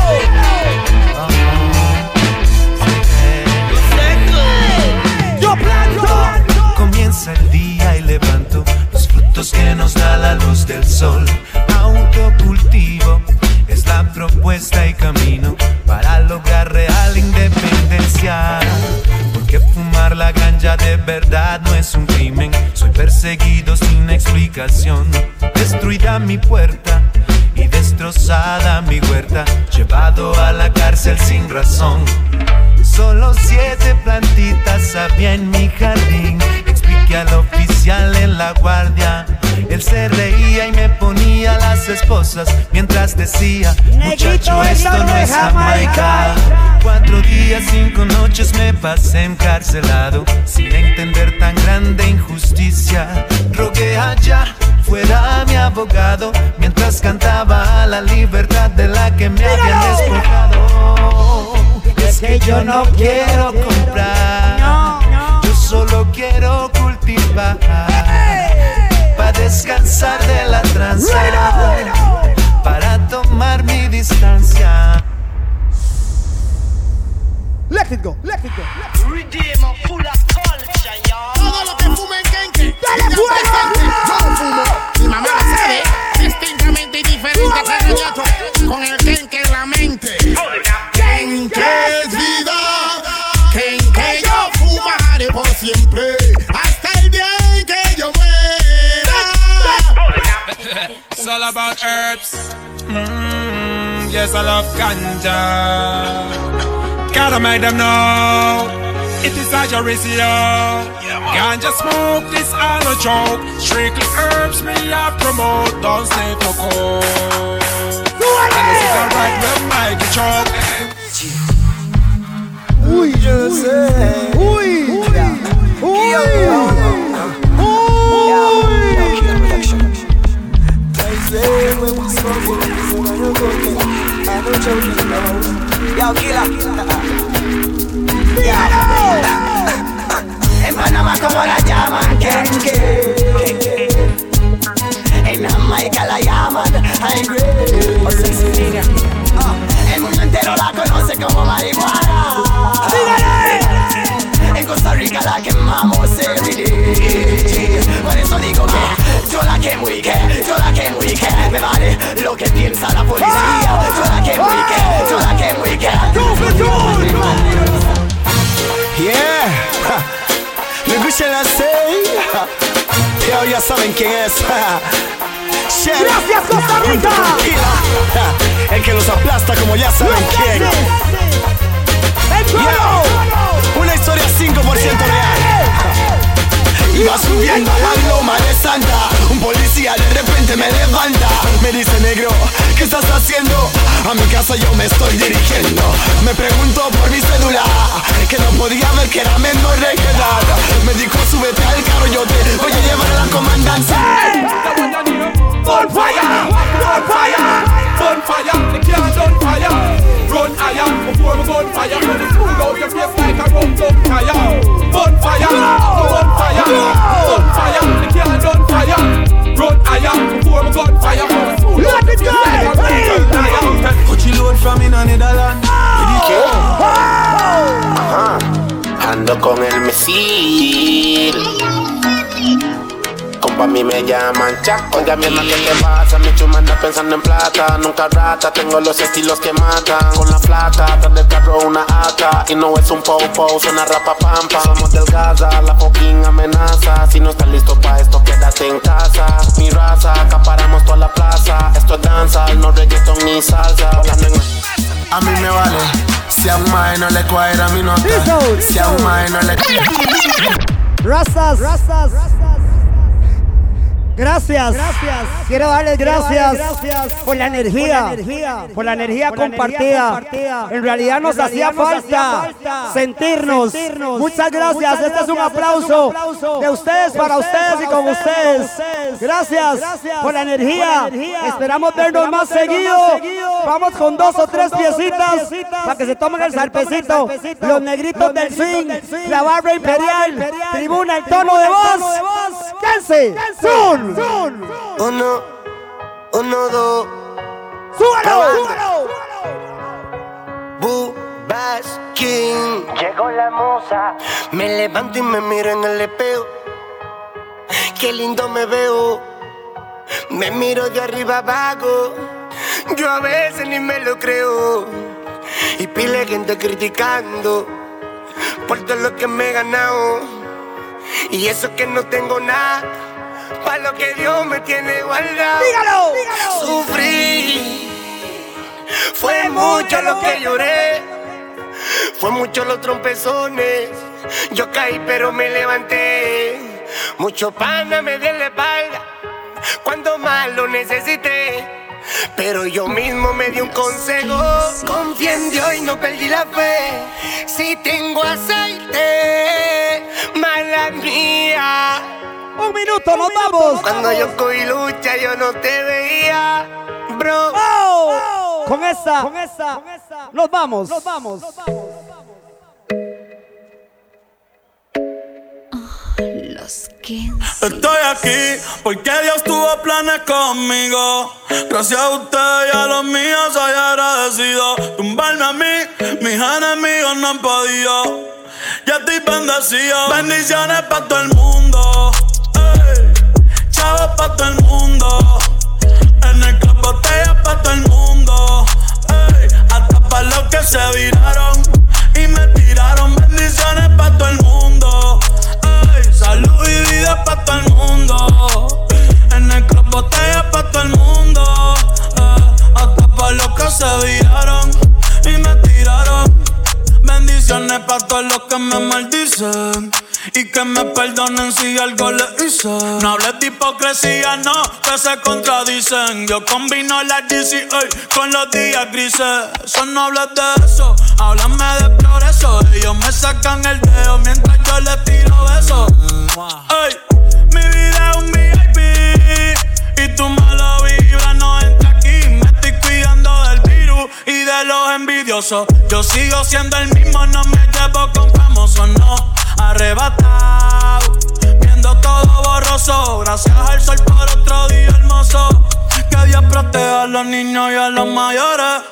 Yo planto.
Comienza el día y levanto los frutos que nos da la luz del sol. Autocultivo es la propuesta y camino para lograr real independencia. Porque fumar la ganja de verdad no es un crimen. Soy perseguido sin explicación. Destruida mi puerta y destrozada mi huerta. Llevado a la cárcel sin razón. Solo 7 plantitas había en mi jardín. Expliqué al oficial en la guardia. Él se reía y me ponía las esposas mientras decía: muchacho, esto no es Jamaica. 4 días, 5 noches me pasé encarcelado sin entender tan grande injusticia. Rogué allá fuera mi abogado mientras cantaba la libertad de la que me habían despojado. Es que yo no quiero comprar, yo solo quiero cultivar. Para descansar de la tranza, para tomar mi distancia.
Let it go, let it go.
Redeemer full of culture, y'all. Todo lo que fumen kenke.
¡Dale fuego!
Yo no fumo, mi mamá la sabe. Distintamente diferente a cada gato. Con el kenke en la mente. Kenke es vida. Kenke yo fumaré por siempre. Hasta el día en que yo muera.
It's all about herbs. Yes, I love ganja. Gotta make them know it is such a ratio. Ganja smoke, this all a joke. Strictly herbs me I promote. Don't stay for cold. And this is alright, we'll make it choke.
Uy, yo sé. Uy, uy,
Yo, killer. En Panamá como la llaman kenke. En Jamaica la llaman high grade. El mundo entero la conoce como marihuana. En Costa Rica la quemamos everyday. Por eso digo que yo la quemo y que me vale lo que piensa la policía. Yo la quemo y que
yeah. Le gusta la sei. Ya saben quién es.
Gracias, Costa Rica.
El que los aplasta como ya saben quién. Una historia 5% real. Iba subiendo a la loma de Santa. Un policía de repente me levanta. Me dice: negro, ¿qué estás haciendo? A mi casa yo me estoy dirigiendo. Me preguntó por mi cédula, que no podía ver que era menor de edad. Me dijo: súbete al carro, yo te voy a llevar a la comandancia.
Bonfire, bonfire, bonfire. The can't on fire. Run higher before we gun fire. When it's cool out your face like a rum tire. Bonfire, bonfire, bonfire. The can't on fire. Run higher before we gun fire. When it's cool out your face like a rum tire.
Coach load from in Netherlands.
Ando con el misil. Compa, a mí me llaman Chaco. Oiga, mi hermano, ¿qué te pasa? Mi chuma anda pensando en plata. Nunca rata, tengo los estilos que matan. Con la placa, atrás del carro una AK. Y no es un po-po, suena rapa pampa. Somos del Gaza, la fucking amenaza. Si no estás listo pa' esto, quédate en casa. Mi raza, acaparamos toda la plaza. Esto es danza, no reggaeton ni salsa.
A mí me vale. Si a un mae no le cuadra mi nota. Si a un mae no le...
Rastas. Gracias. Quiero darles gracias por la energía compartida. En realidad nos hacía falta sentirnos. Muchas gracias. Este es un aplauso de ustedes para ustedes y con ustedes. Gracias por la energía. Esperamos vernos más seguido. Vamos con 2 o 3 piecitas para que se tomen el zarpecito. Los negritos del swing, la barra imperial, tribuna, el tono de voz. ¡Quédense! ¡Zoom!
1, 2.
¡Súbalo!
Bass King. Llegó la moza. Me levanto y me miro en el espejo. Qué lindo me veo. Me miro de arriba abajo. Yo a veces ni me lo creo. Y pile gente criticando por todo lo que me he ganado. Y eso que no tengo nada, pa' lo que Dios me tiene guardado.
¡Dígalo!
Sufrí. Fue mucho lo que lloré. Fue mucho los trompezones. Yo caí pero me levanté. Mucho pana me dio la espalda cuando más lo necesité. Pero yo mismo me di un consejo. Confié en Dios y no perdí la fe. Si tengo aceite, mala mía.
Un minuto, nos vamos.
Cuando yo cogí lucha yo no te veía, bro.
Oh. Con esa, nos vamos.
Los 15.
Estoy aquí porque Dios tuvo planes conmigo. Gracias a usted y a los míos soy agradecido. Tumbarme a mí, mis enemigos no han podido. Ya estoy bendecido. Bendiciones para todo el mundo. Ey. Chavos para todo el mundo. En el club botellas para todo el mundo. Ey. Hasta para los que se viraron y me tiraron. Bendiciones para todo el mundo. Salud y vida pa' todo el mundo. En el club botella pa' todo el mundo. Hasta pa' los que se viraron y me tiraron. Bendiciones pa' todos los que me maldicen y que me perdonen si algo les hice. No hables de hipocresía, no, que se contradicen. Yo combino la GCA con los días grises. Eso no hables de eso, háblame de progreso. Ellos me sacan el dedo mientras yo les tiro besos. Ey, mi vida es un VIP y tu mala vibra no entra aquí. Me estoy cuidando del virus y de los envidiosos. Yo sigo siendo el mismo, no me llevo con famosos, no. Arrebatado, viendo todo borroso. Gracias al sol por otro día hermoso. Que Dios proteja a los niños y a los mayores,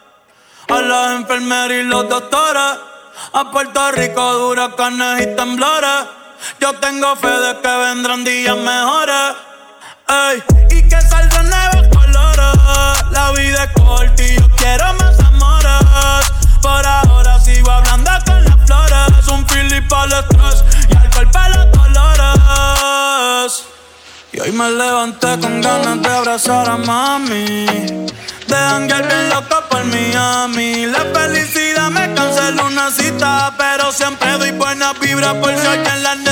a las enfermeras y los doctores. A Puerto Rico de huracanes y temblores. Yo tengo fe de que vendrán días mejores. Ey, y que saldrán nuevos colores. La vida es corta y yo quiero más amores. Por ahora sigo hablando con las flores. Un feeling para el estrés y alcohol para los dolores. Y hoy me levanté con ganas de abrazar a mami, de janguear bien loco por Miami. La felicidad me canceló una cita, pero siempre doy buena vibra por si alguien la